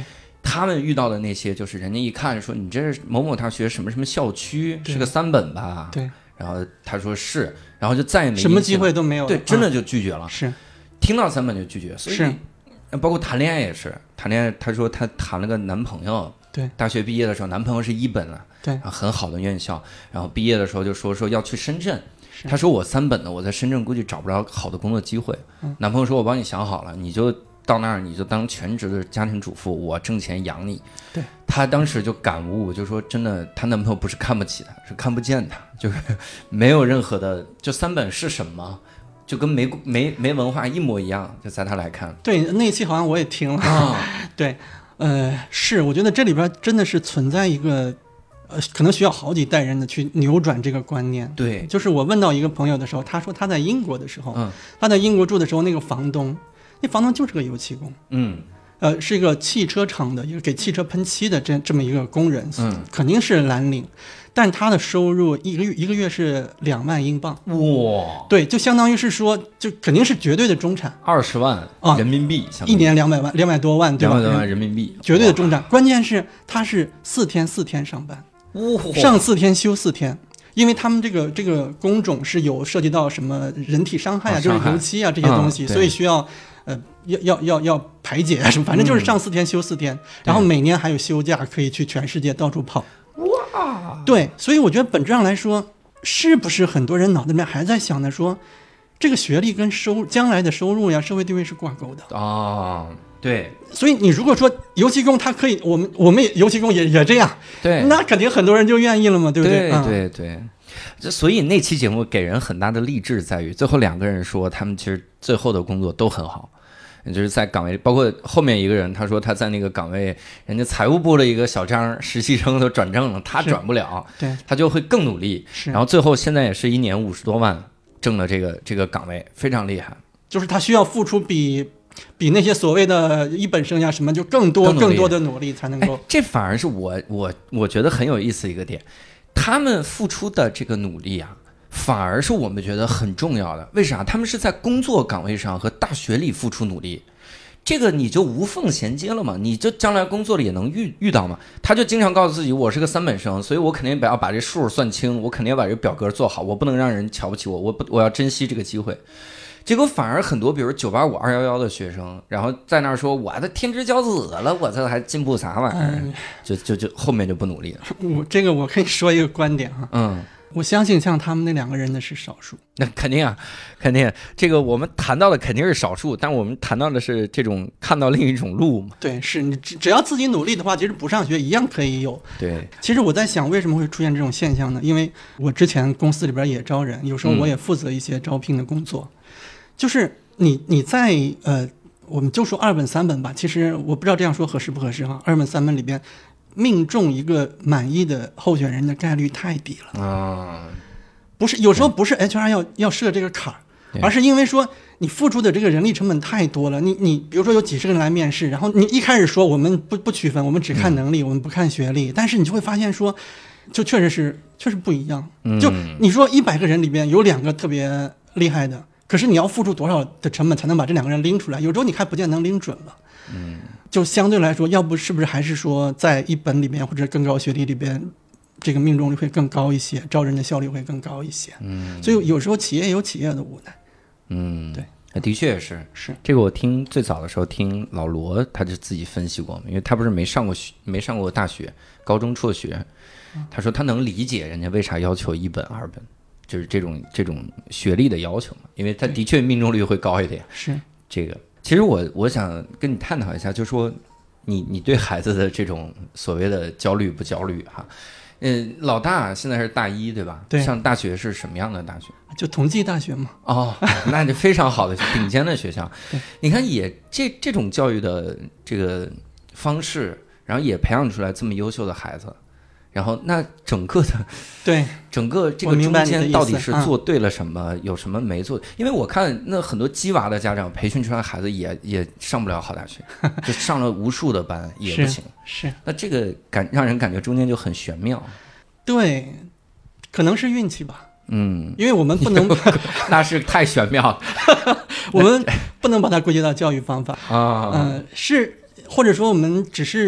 他们遇到的那些，就是人家一看说你这是某某大学什么什么校区，是个三本吧？ 对。 然后他说是，然后就再也没什么机会都没有了。 对，真的就拒绝了。 啊、是， 听到三本就拒绝。所以是， 包括谈恋爱也是，谈恋爱他说他谈了个男朋友， 对， 大学毕业的时候男朋友是一本了， 对， 很好的院校，然后毕业的时候就说说要去深圳。他说我三本的，我在深圳估计找不着好的工作机会。嗯、男朋友说我帮你想好了，你就到那儿你就当全职的家庭主妇，我挣钱养你。 对， 她当时就感悟，就说真的，她男朋友不是看不起她，是看不见她，就是没有任何的，就三本是什么，就跟没没没文化一模一样，就在她来看。 对，那一期好像我也听了。啊、对，呃，是，我觉得这里边真的是存在一个。呃，可能需要好几代人的去扭转这个观念。 对， 就是我问到一个朋友的时候，他说他在英国的时候， 嗯， 他在英国住的时候，那个房东，那房东就是个油漆工， 嗯， 呃，是一个汽车厂的一个给汽车喷漆的这这么一个工人， 嗯， 肯定是蓝领，但他的收入一个月一个月是两万英镑， 哇， 对，就相当于是说，就肯定是绝对的中产， 二十万人民币， 啊、一年两百万，两百多万，对吧？ 两百多万人民币， 绝对的中产。关键是他是四天四天上班。上四天休四天，因为他们这个这个工种是有涉及到什么人体伤害啊， 哦、 就是油漆啊这些东西， 嗯、 所以需要呃要要要要排解啊什么，反正就是上四天休四天，嗯、然后每年还有休假，可以去全世界到处跑。 哇， 对，所以我觉得本质上来说，是不是很多人脑子里面还在想的说，这个学历跟收将来的收入呀、社会地位是挂钩的啊？哦，对， 所以你如果说油漆工他可以，我们我们油漆工也也这样， 对， 那肯定很多人就愿意了嘛，对不对？ 对对对，这、嗯、所以那期节目给人很大的励志在于，最后两个人说他们其实最后的工作都很好，就是在岗位，包括后面一个人他说他在那个岗位，人家财务部的一个小张实习生都转正了，他转不了， 对， 他就会更努力，然后最后现在也是一年五十多万挣了这个这个岗位，非常厉害， 就是他需要付出比。比那些所谓的一本生呀什么就更多更多的努力才能够， 这反而是我我我觉得很有意思一个点，他们付出的这个努力啊，反而是我们觉得很重要的。为啥？他们是在工作岗位上和大学里付出努力，这个你就无缝衔接了嘛，你就将来工作里也能遇遇到嘛。他就经常告诉自己，我是个三本生，所以我肯定要把这数算清，我肯定要把这个表格做好，我不能让人瞧不起我，我不我要珍惜这个机会。结果反而很多，比如九八五、二幺幺的学生，然后在那儿说我的天之骄子了，我这还进步啥玩意儿？嗯、就就就后面就不努力了。 我这个我可以说一个观点哈， 嗯， 我相信像他们那两个人的是少数。 那肯定啊，肯定，这个我们谈到的肯定是少数，但我们谈到的是这种看到另一种路嘛。 对，是你只只要自己努力的话，其实不上学一样可以有。 对， 其实我在想为什么会出现这种现象呢？因为我之前公司里边也招人，有时候我也负责一些招聘的工作，嗯、就是。你你在呃，我们就说二本三本吧，其实我不知道这样说合适不合适哈。二本三本里边，命中一个满意的候选人的概率太低了啊！不是，有时候不是 H R 要要设这个坎儿，而是因为说你付出的这个人力成本太多了。你你比如说有几十个人来面试，然后你一开始说我们不不区分，我们只看能力，嗯、我们不看学历，但是你就会发现说，就确实是确实不一样。 嗯、 就你说一百个人里边有两个特别厉害的。可是你要付出多少的成本才能把这两个人拎出来？有时候你还不见能拎准了。 嗯， 就相对来说，要不是不是还是说在一本里面或者更高学历里边，这个命中率会更高一些，招人的效率会更高一些。 嗯， 所以有时候企业有企业的无奈。 嗯， 对， 的确是是这个。我听最早的时候听老罗他就自己分析过，因为他不是没上过学，没上过大学，高中辍学，他说他能理解人家为啥要求一本二本。就是这种这种学历的要求嘛，因为他的确命中率会高一点。 是这个，其实我我想跟你探讨一下，就是说你你对孩子的这种所谓的焦虑不焦虑哈？嗯，老大现在是大一对吧？ 对。 上大学是什么样的大学？ 就同济大学嘛。 哦，那就非常好的顶尖的学校。 对。 你看也这这种教育的这个方式，然后也培养出来这么优秀的孩子。然后那整个的对整个这个中间到底是做对了什么，有什么没做？因为我看那很多鸡娃的家长培训出来孩子也也上不了好大学，就上了无数的班也不行。 是， 那这个感让人感觉中间就很玄妙。 对，可能是运气吧。 嗯， 因为我们不能那是太玄妙了， 我们不能把它归结到教育方法啊。 呃，是或者说我们只是。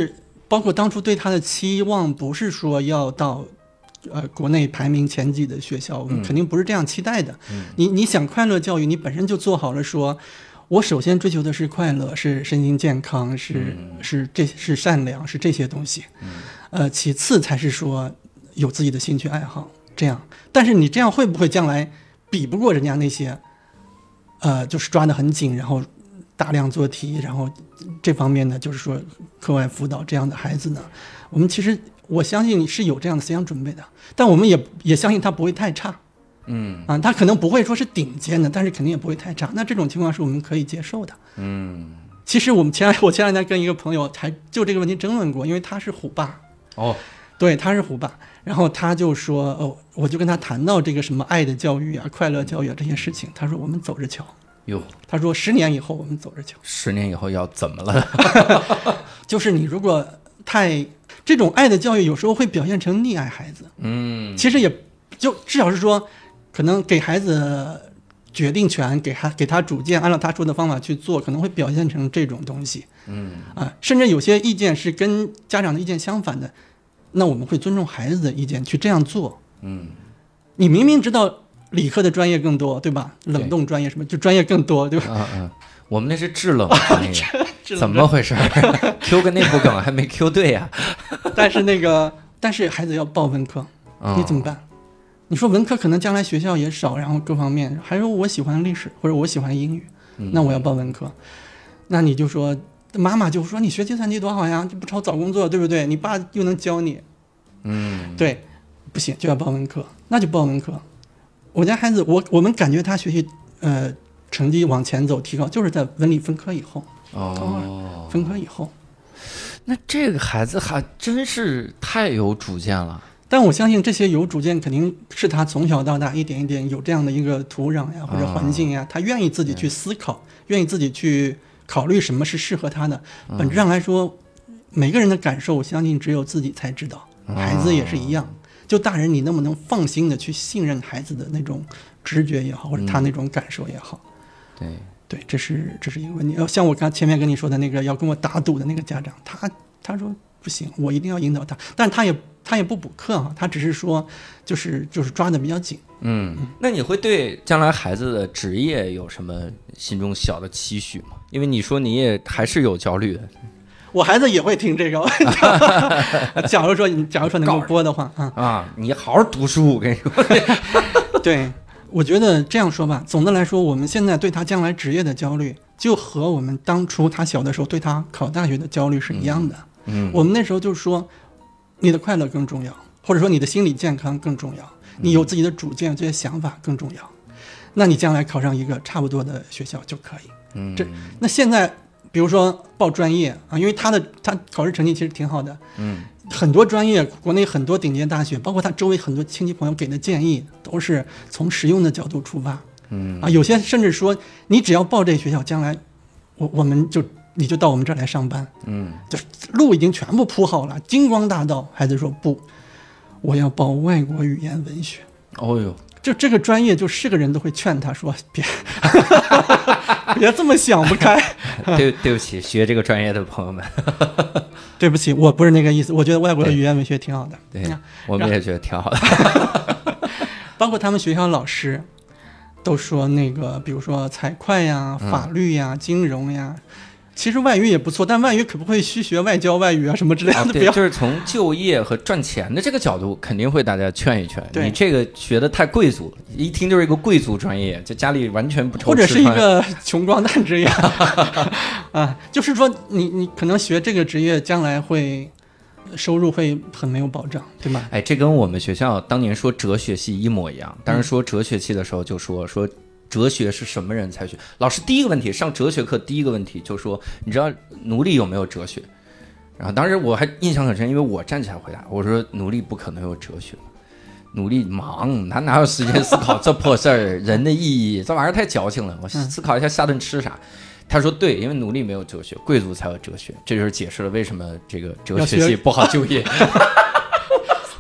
包括当初对他的期望不是说要到呃国内排名前几的学校，我们肯定不是这样期待的。嗯、你你想快乐教育，你本身就做好了说，我首先追求的是快乐，是身心健康，是、嗯、是这是善良，是这些东西。嗯、呃，其次才是说有自己的兴趣爱好。这样，但是你这样会不会将来比不过人家那些，呃，就是抓得很紧，然后大量做题，然后这方面呢，就是说课外辅导这样的孩子呢？我们其实我相信是有这样的思想准备的，但我们也也相信他不会太差，嗯啊，他可能不会说是顶尖的，但是肯定也不会太差。那这种情况是我们可以接受的，嗯。其实我们前我前两天跟一个朋友还就这个问题争论过，因为他是虎爸哦。对，他是虎爸，然后他就说，哦，我就跟他谈到这个什么爱的教育啊、快乐教育啊这些事情，他说我们走着瞧。哟，他说十年以后我们走着瞧。 十年以后要怎么了？ 就是你如果太这种爱的教育，有时候会表现成溺爱孩子。嗯，其实也就至少是说，可能给孩子决定权，给他给他主见，按照他说的方法去做，可能会表现成这种东西。嗯啊，甚至有些意见是跟家长的意见相反的。那我们会尊重孩子的意见去这样做。嗯，你明明知道理科的专业更多，对吧？冷冻专业什么就专业更多，对吧？ 嗯嗯，我们那是制冷专业，怎么回事？Q 个内部梗还没 Q 对呀、 啊。但是那个，但是孩子要报文科，你怎么办？你说文科可能将来学校也少，然后各方面，还有我喜欢历史或者我喜欢英语，那我要报文科，那你就说。妈妈就说你学计算机多好呀，就不愁找工作，对不对？你爸又能教你，嗯，对，不行就要报文科，那就报文科。我家孩子，我我们感觉他学习呃成绩往前走提高，就是在文理分科以后哦，分科以后。 那这个孩子还真是太有主见了。 但我相信这些有主见肯定是他从小到大一点一点有这样的一个土壤呀或者环境呀，他愿意自己去思考，愿意自己去。考虑什么是适合他的，本质上来说，嗯、每个人的感受，我相信只有自己才知道。孩子也是一样，就大人你能不能放心的去信任孩子的那种直觉也好，或者他那种感受也好。 嗯、 对对，这是这是一个问题。要像我刚前面跟你说的那个要跟我打赌的那个家长，他他说不行，我一定要引导他，但是他也他也不补课啊，他只是说就是就是抓的比较紧。 嗯，那你会对将来孩子的职业有什么心中小的期许吗？因为你说你也还是有焦虑的， 我孩子也会听这个。假如说你假如说能够播的话啊啊，你好好读书，我跟你说。 对，我觉得这样说吧，总的来说，我们现在对他将来职业的焦虑，就和我们当初他小的时候对他考大学的焦虑是一样的。嗯，我们那时候就是说，你的快乐更重要，或者说你的心理健康更重要。你有自己的主见，这些想法更重要，那你将来考上一个差不多的学校就可以。嗯，这那现在比如说报专业啊，因为他的他考试成绩其实挺好的，嗯，很多专业国内很多顶尖大学，包括他周围很多亲戚朋友给的建议，都是从实用的角度出发。嗯啊，有些甚至说你只要报这学校，将来我我们就你就到我们这儿来上班。嗯，就是路已经全部铺好了，金光大道。孩子说不。我要报外国语言文学。 哦呦， 就这个专业，就是个人都会劝他说别别这么想不开。 对对不起，学这个专业的朋友们。 对不起，我不是那个意思。我觉得外国的语言文学挺好的。 对，对我们也觉得挺好的。 包括他们学校老师都说那个，比如说财会呀、法律呀、嗯、金融呀。其实外语也不错，但外语可不可以虚学外交外语啊什么之类的？ 啊、对，就是从就业和赚钱的这个角度，肯定会大家劝一劝。你这个学的太贵族了，一听就是一个贵族专业，就家里完全不愁吃饭， 或者是一个穷光蛋职业啊。就是说你，你你可能学这个职业，将来会收入会很没有保障，对吧？ 哎，这跟我们学校当年说哲学系一模一样。当时说哲学系的时候，就说说。哲学是什么人才学？老师第一个问题，上哲学课第一个问题就说，你知道奴隶有没有哲学？然后当时我还印象很深，因为我站起来回答，我说奴隶不可能有哲学，奴隶忙，他哪有时间思考这破事儿？人的意义，这玩意儿太矫情了。我思考一下下顿吃啥。他说对，因为奴隶没有哲学，贵族才有哲学，这就是解释了为什么这个哲学系不好就业。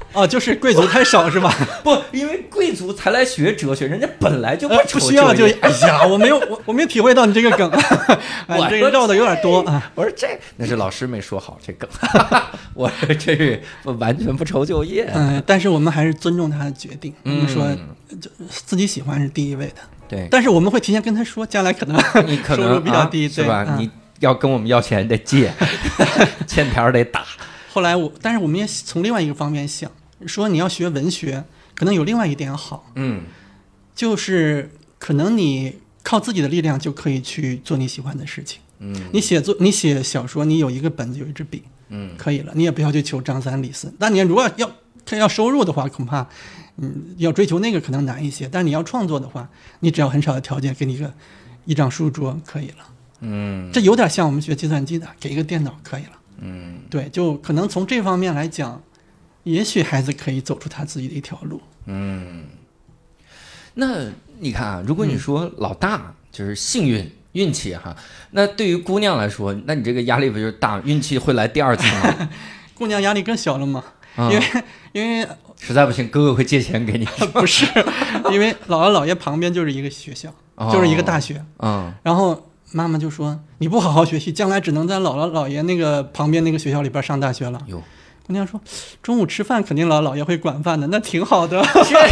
哦，就是贵族太少是吧？ 不，因为贵族才来学哲学，人家本来就不愁不需要就。哎呀，我没有我我没有体会到你这个梗，哎，这个绕的有点多啊。 我说这那是老师没说好这梗，我这是完全不愁就业。 嗯，但是我们还是尊重他的决定，我们说就自己喜欢是第一位的。 对， 但是我们会提前跟他说，将来可能你可能收入比较低， 啊、是吧？ 嗯、 你要跟我们要钱得借，欠条得打。 后来我，但是我们也从另外一个方面想，说你要学文学，可能有另外一点好， 嗯， 就是可能你靠自己的力量就可以去做你喜欢的事情。 嗯， 你写作，你写小说，你有一个本子，有一支笔， 嗯， 可以了，你也不要去求张三李四。但你如果要要收入的话，恐怕，嗯，要追求那个可能难一些。但是你要创作的话，你只要很少的条件，给你一个一张书桌可以了。 嗯， 这有点像我们学计算机的，给一个电脑可以了。 嗯， 对，就可能从这方面来讲，也许孩子可以走出他自己的一条路。 嗯，那你看啊，如果你说老大就是幸运运气哈，那对于姑娘来说，那你这个压力不就是大？运气会来第二次吗？ 姑娘压力更小了嘛，嗯、因为因为实在不行，哥哥会借钱给你。 不是，因为姥姥姥爷旁边就是一个学校，哦、就是一个大学。 嗯， 然后妈妈就说：“你不好好学习，将来只能在姥姥姥爷那个旁边那个学校里边上大学了。” 哟， 姑娘说：“中午吃饭肯定姥姥姥爷会管饭的，那挺好的。”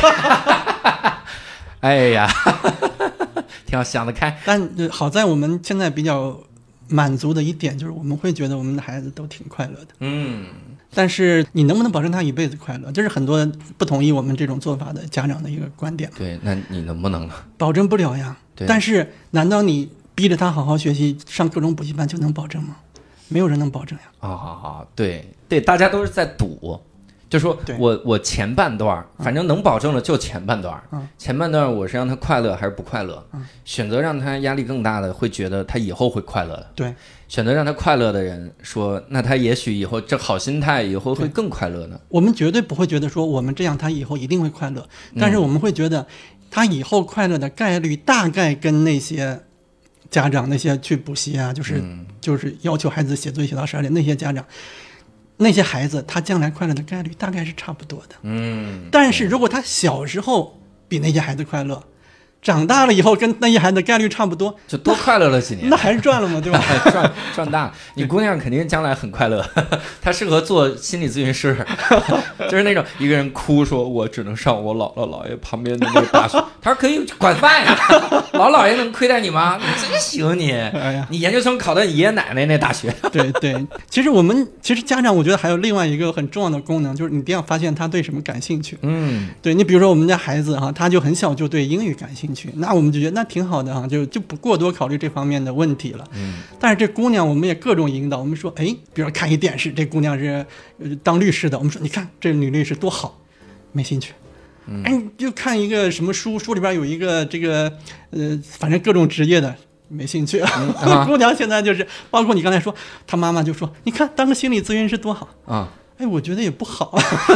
哎呀，挺好，想得开。 但好在我们现在比较满足的一点就是，我们会觉得我们的孩子都挺快乐的。 嗯。 但是你能不能保证他一辈子快乐，这是很多不同意我们这种做法的家长的一个观点。 对，那你能不能呢？ 保证不了呀。但是难道你逼着他好好学习，上各种补习班就能保证吗？没有人能保证呀。 啊、哦，对对，大家都是在赌，就说我我前半段反正能保证的就前半段，嗯、前半段我是让他快乐还是不快乐？嗯、选择让他压力更大的，会觉得他以后会快乐的。 对。 选择让他快乐的人说，那他也许以后这好心态以后会更快乐呢。 我们绝对不会觉得说我们这样他以后一定会快乐，但是我们会觉得他以后快乐的概率大概跟那些家长那些去补习啊，就是、嗯、就是要求孩子写作业写到十二点那些家长那些孩子他将来快乐的概率大概是差不多的。 嗯， 但是如果他小时候比那些孩子快乐，长大了以后跟那些孩子的概率差不多， 就多快乐了几年， 那还是赚了嘛，对吧？ 赚赚大，你姑娘肯定将来很快乐，她适合做心理咨询师，就是那种一个人哭说，我只能上我姥姥姥爷旁边的那个大学，她说可以管饭呀，老姥爷能亏待你吗？你真行你，哎呀，你研究生考到你爷爷奶奶那大学。 对对，其实我们其实家长我觉得还有另外一个很重要的功能，就是你一定要发现他对什么感兴趣。 嗯， 对你比如说我们家孩子哈，他就很小就对英语感兴趣。那我们就觉得那挺好的哈，就就不过多考虑这方面的问题了。 嗯，但是这姑娘我们也各种引导，我们说，哎，比如说看一电视，这姑娘是、呃、当律师的，我们说你看这女律师多好，没兴趣。 嗯， 哎，就看一个什么书，书里边有一个这个呃，反正各种职业的，没兴趣。嗯啊、姑娘现在就是，包括你刚才说，她妈妈就说，你看当个心理咨询师多好啊。 哎，我觉得也不好。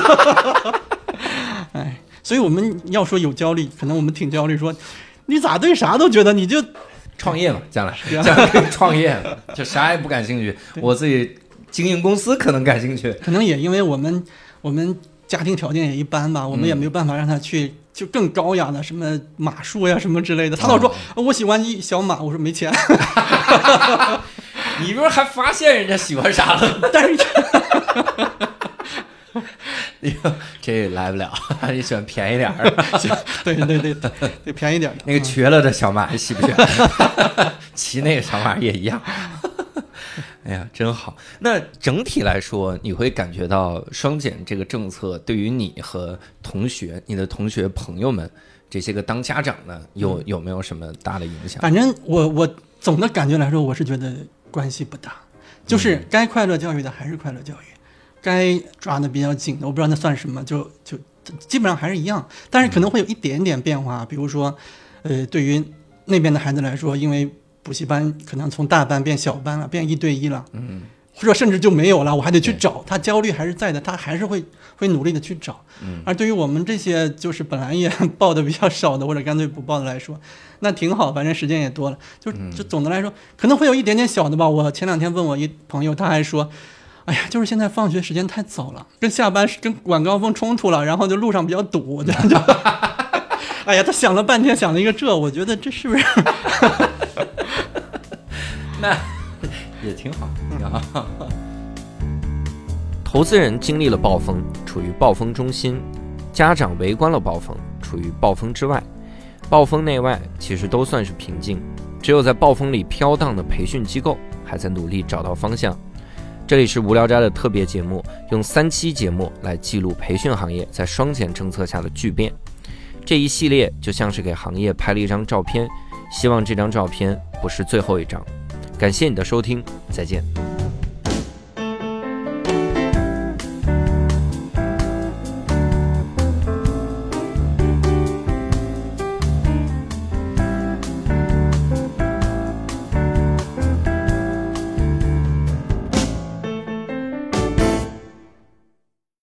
哎。所以我们要说有焦虑，可能我们挺焦虑，说你咋对啥都觉得你就创业嘛，将来将来可以创业，就啥也不感兴趣，我自己经营公司可能感兴趣， 可能也因为我们我们家庭条件也一般吧，我们也没有办法让他去就更高雅的什么马术呀什么之类的。他老说、哦、我喜欢一小马，我说没钱。 你不是还发现人家喜欢啥了？ 但是。 这来不了，你喜欢便宜点儿。 对对对对，得便宜点。 那个瘸了的小马喜不喜欢？骑那个小马也一样。哎呀，真好。那整体来说，你会感觉到双减这个政策对于你和同学、你的同学朋友们这些个当家长的有有没有什么大的影响？ 反正我我总的感觉来说，我是觉得关系不大，就是该快乐教育的还是快乐教育。该抓的比较紧的，我不知道那算什么，就就基本上还是一样，但是可能会有一点点变化。比如说，呃，对于那边的孩子来说，因为补习班可能从大班变小班了，变一对一了， 嗯， 或者甚至就没有了，我还得去找，他焦虑还是在的，他还是会会努力的去找。 嗯， 而对于我们这些就是本来也报的比较少的，或者干脆不报的来说，那挺好，反正时间也多了，就就总的来说可能会有一点点小的吧。我前两天问我一朋友，他还说。 哎呀，就是现在放学时间太早了，跟下班跟晚高峰冲突了，然后就路上比较堵，就就哎呀，他想了半天，想了一个这，我觉得这是不是？ 那也挺好，挺好。投资人经历了暴风，处于暴风中心；家长围观了暴风，处于暴风之外。暴风内外其实都算是平静，只有在暴风里飘荡的培训机构还在努力找到方向。这里是无聊斋的特别节目，用三期节目来记录培训行业在双减政策下的巨变。这一系列就像是给行业拍了一张照片，希望这张照片不是最后一张。感谢你的收听，再见。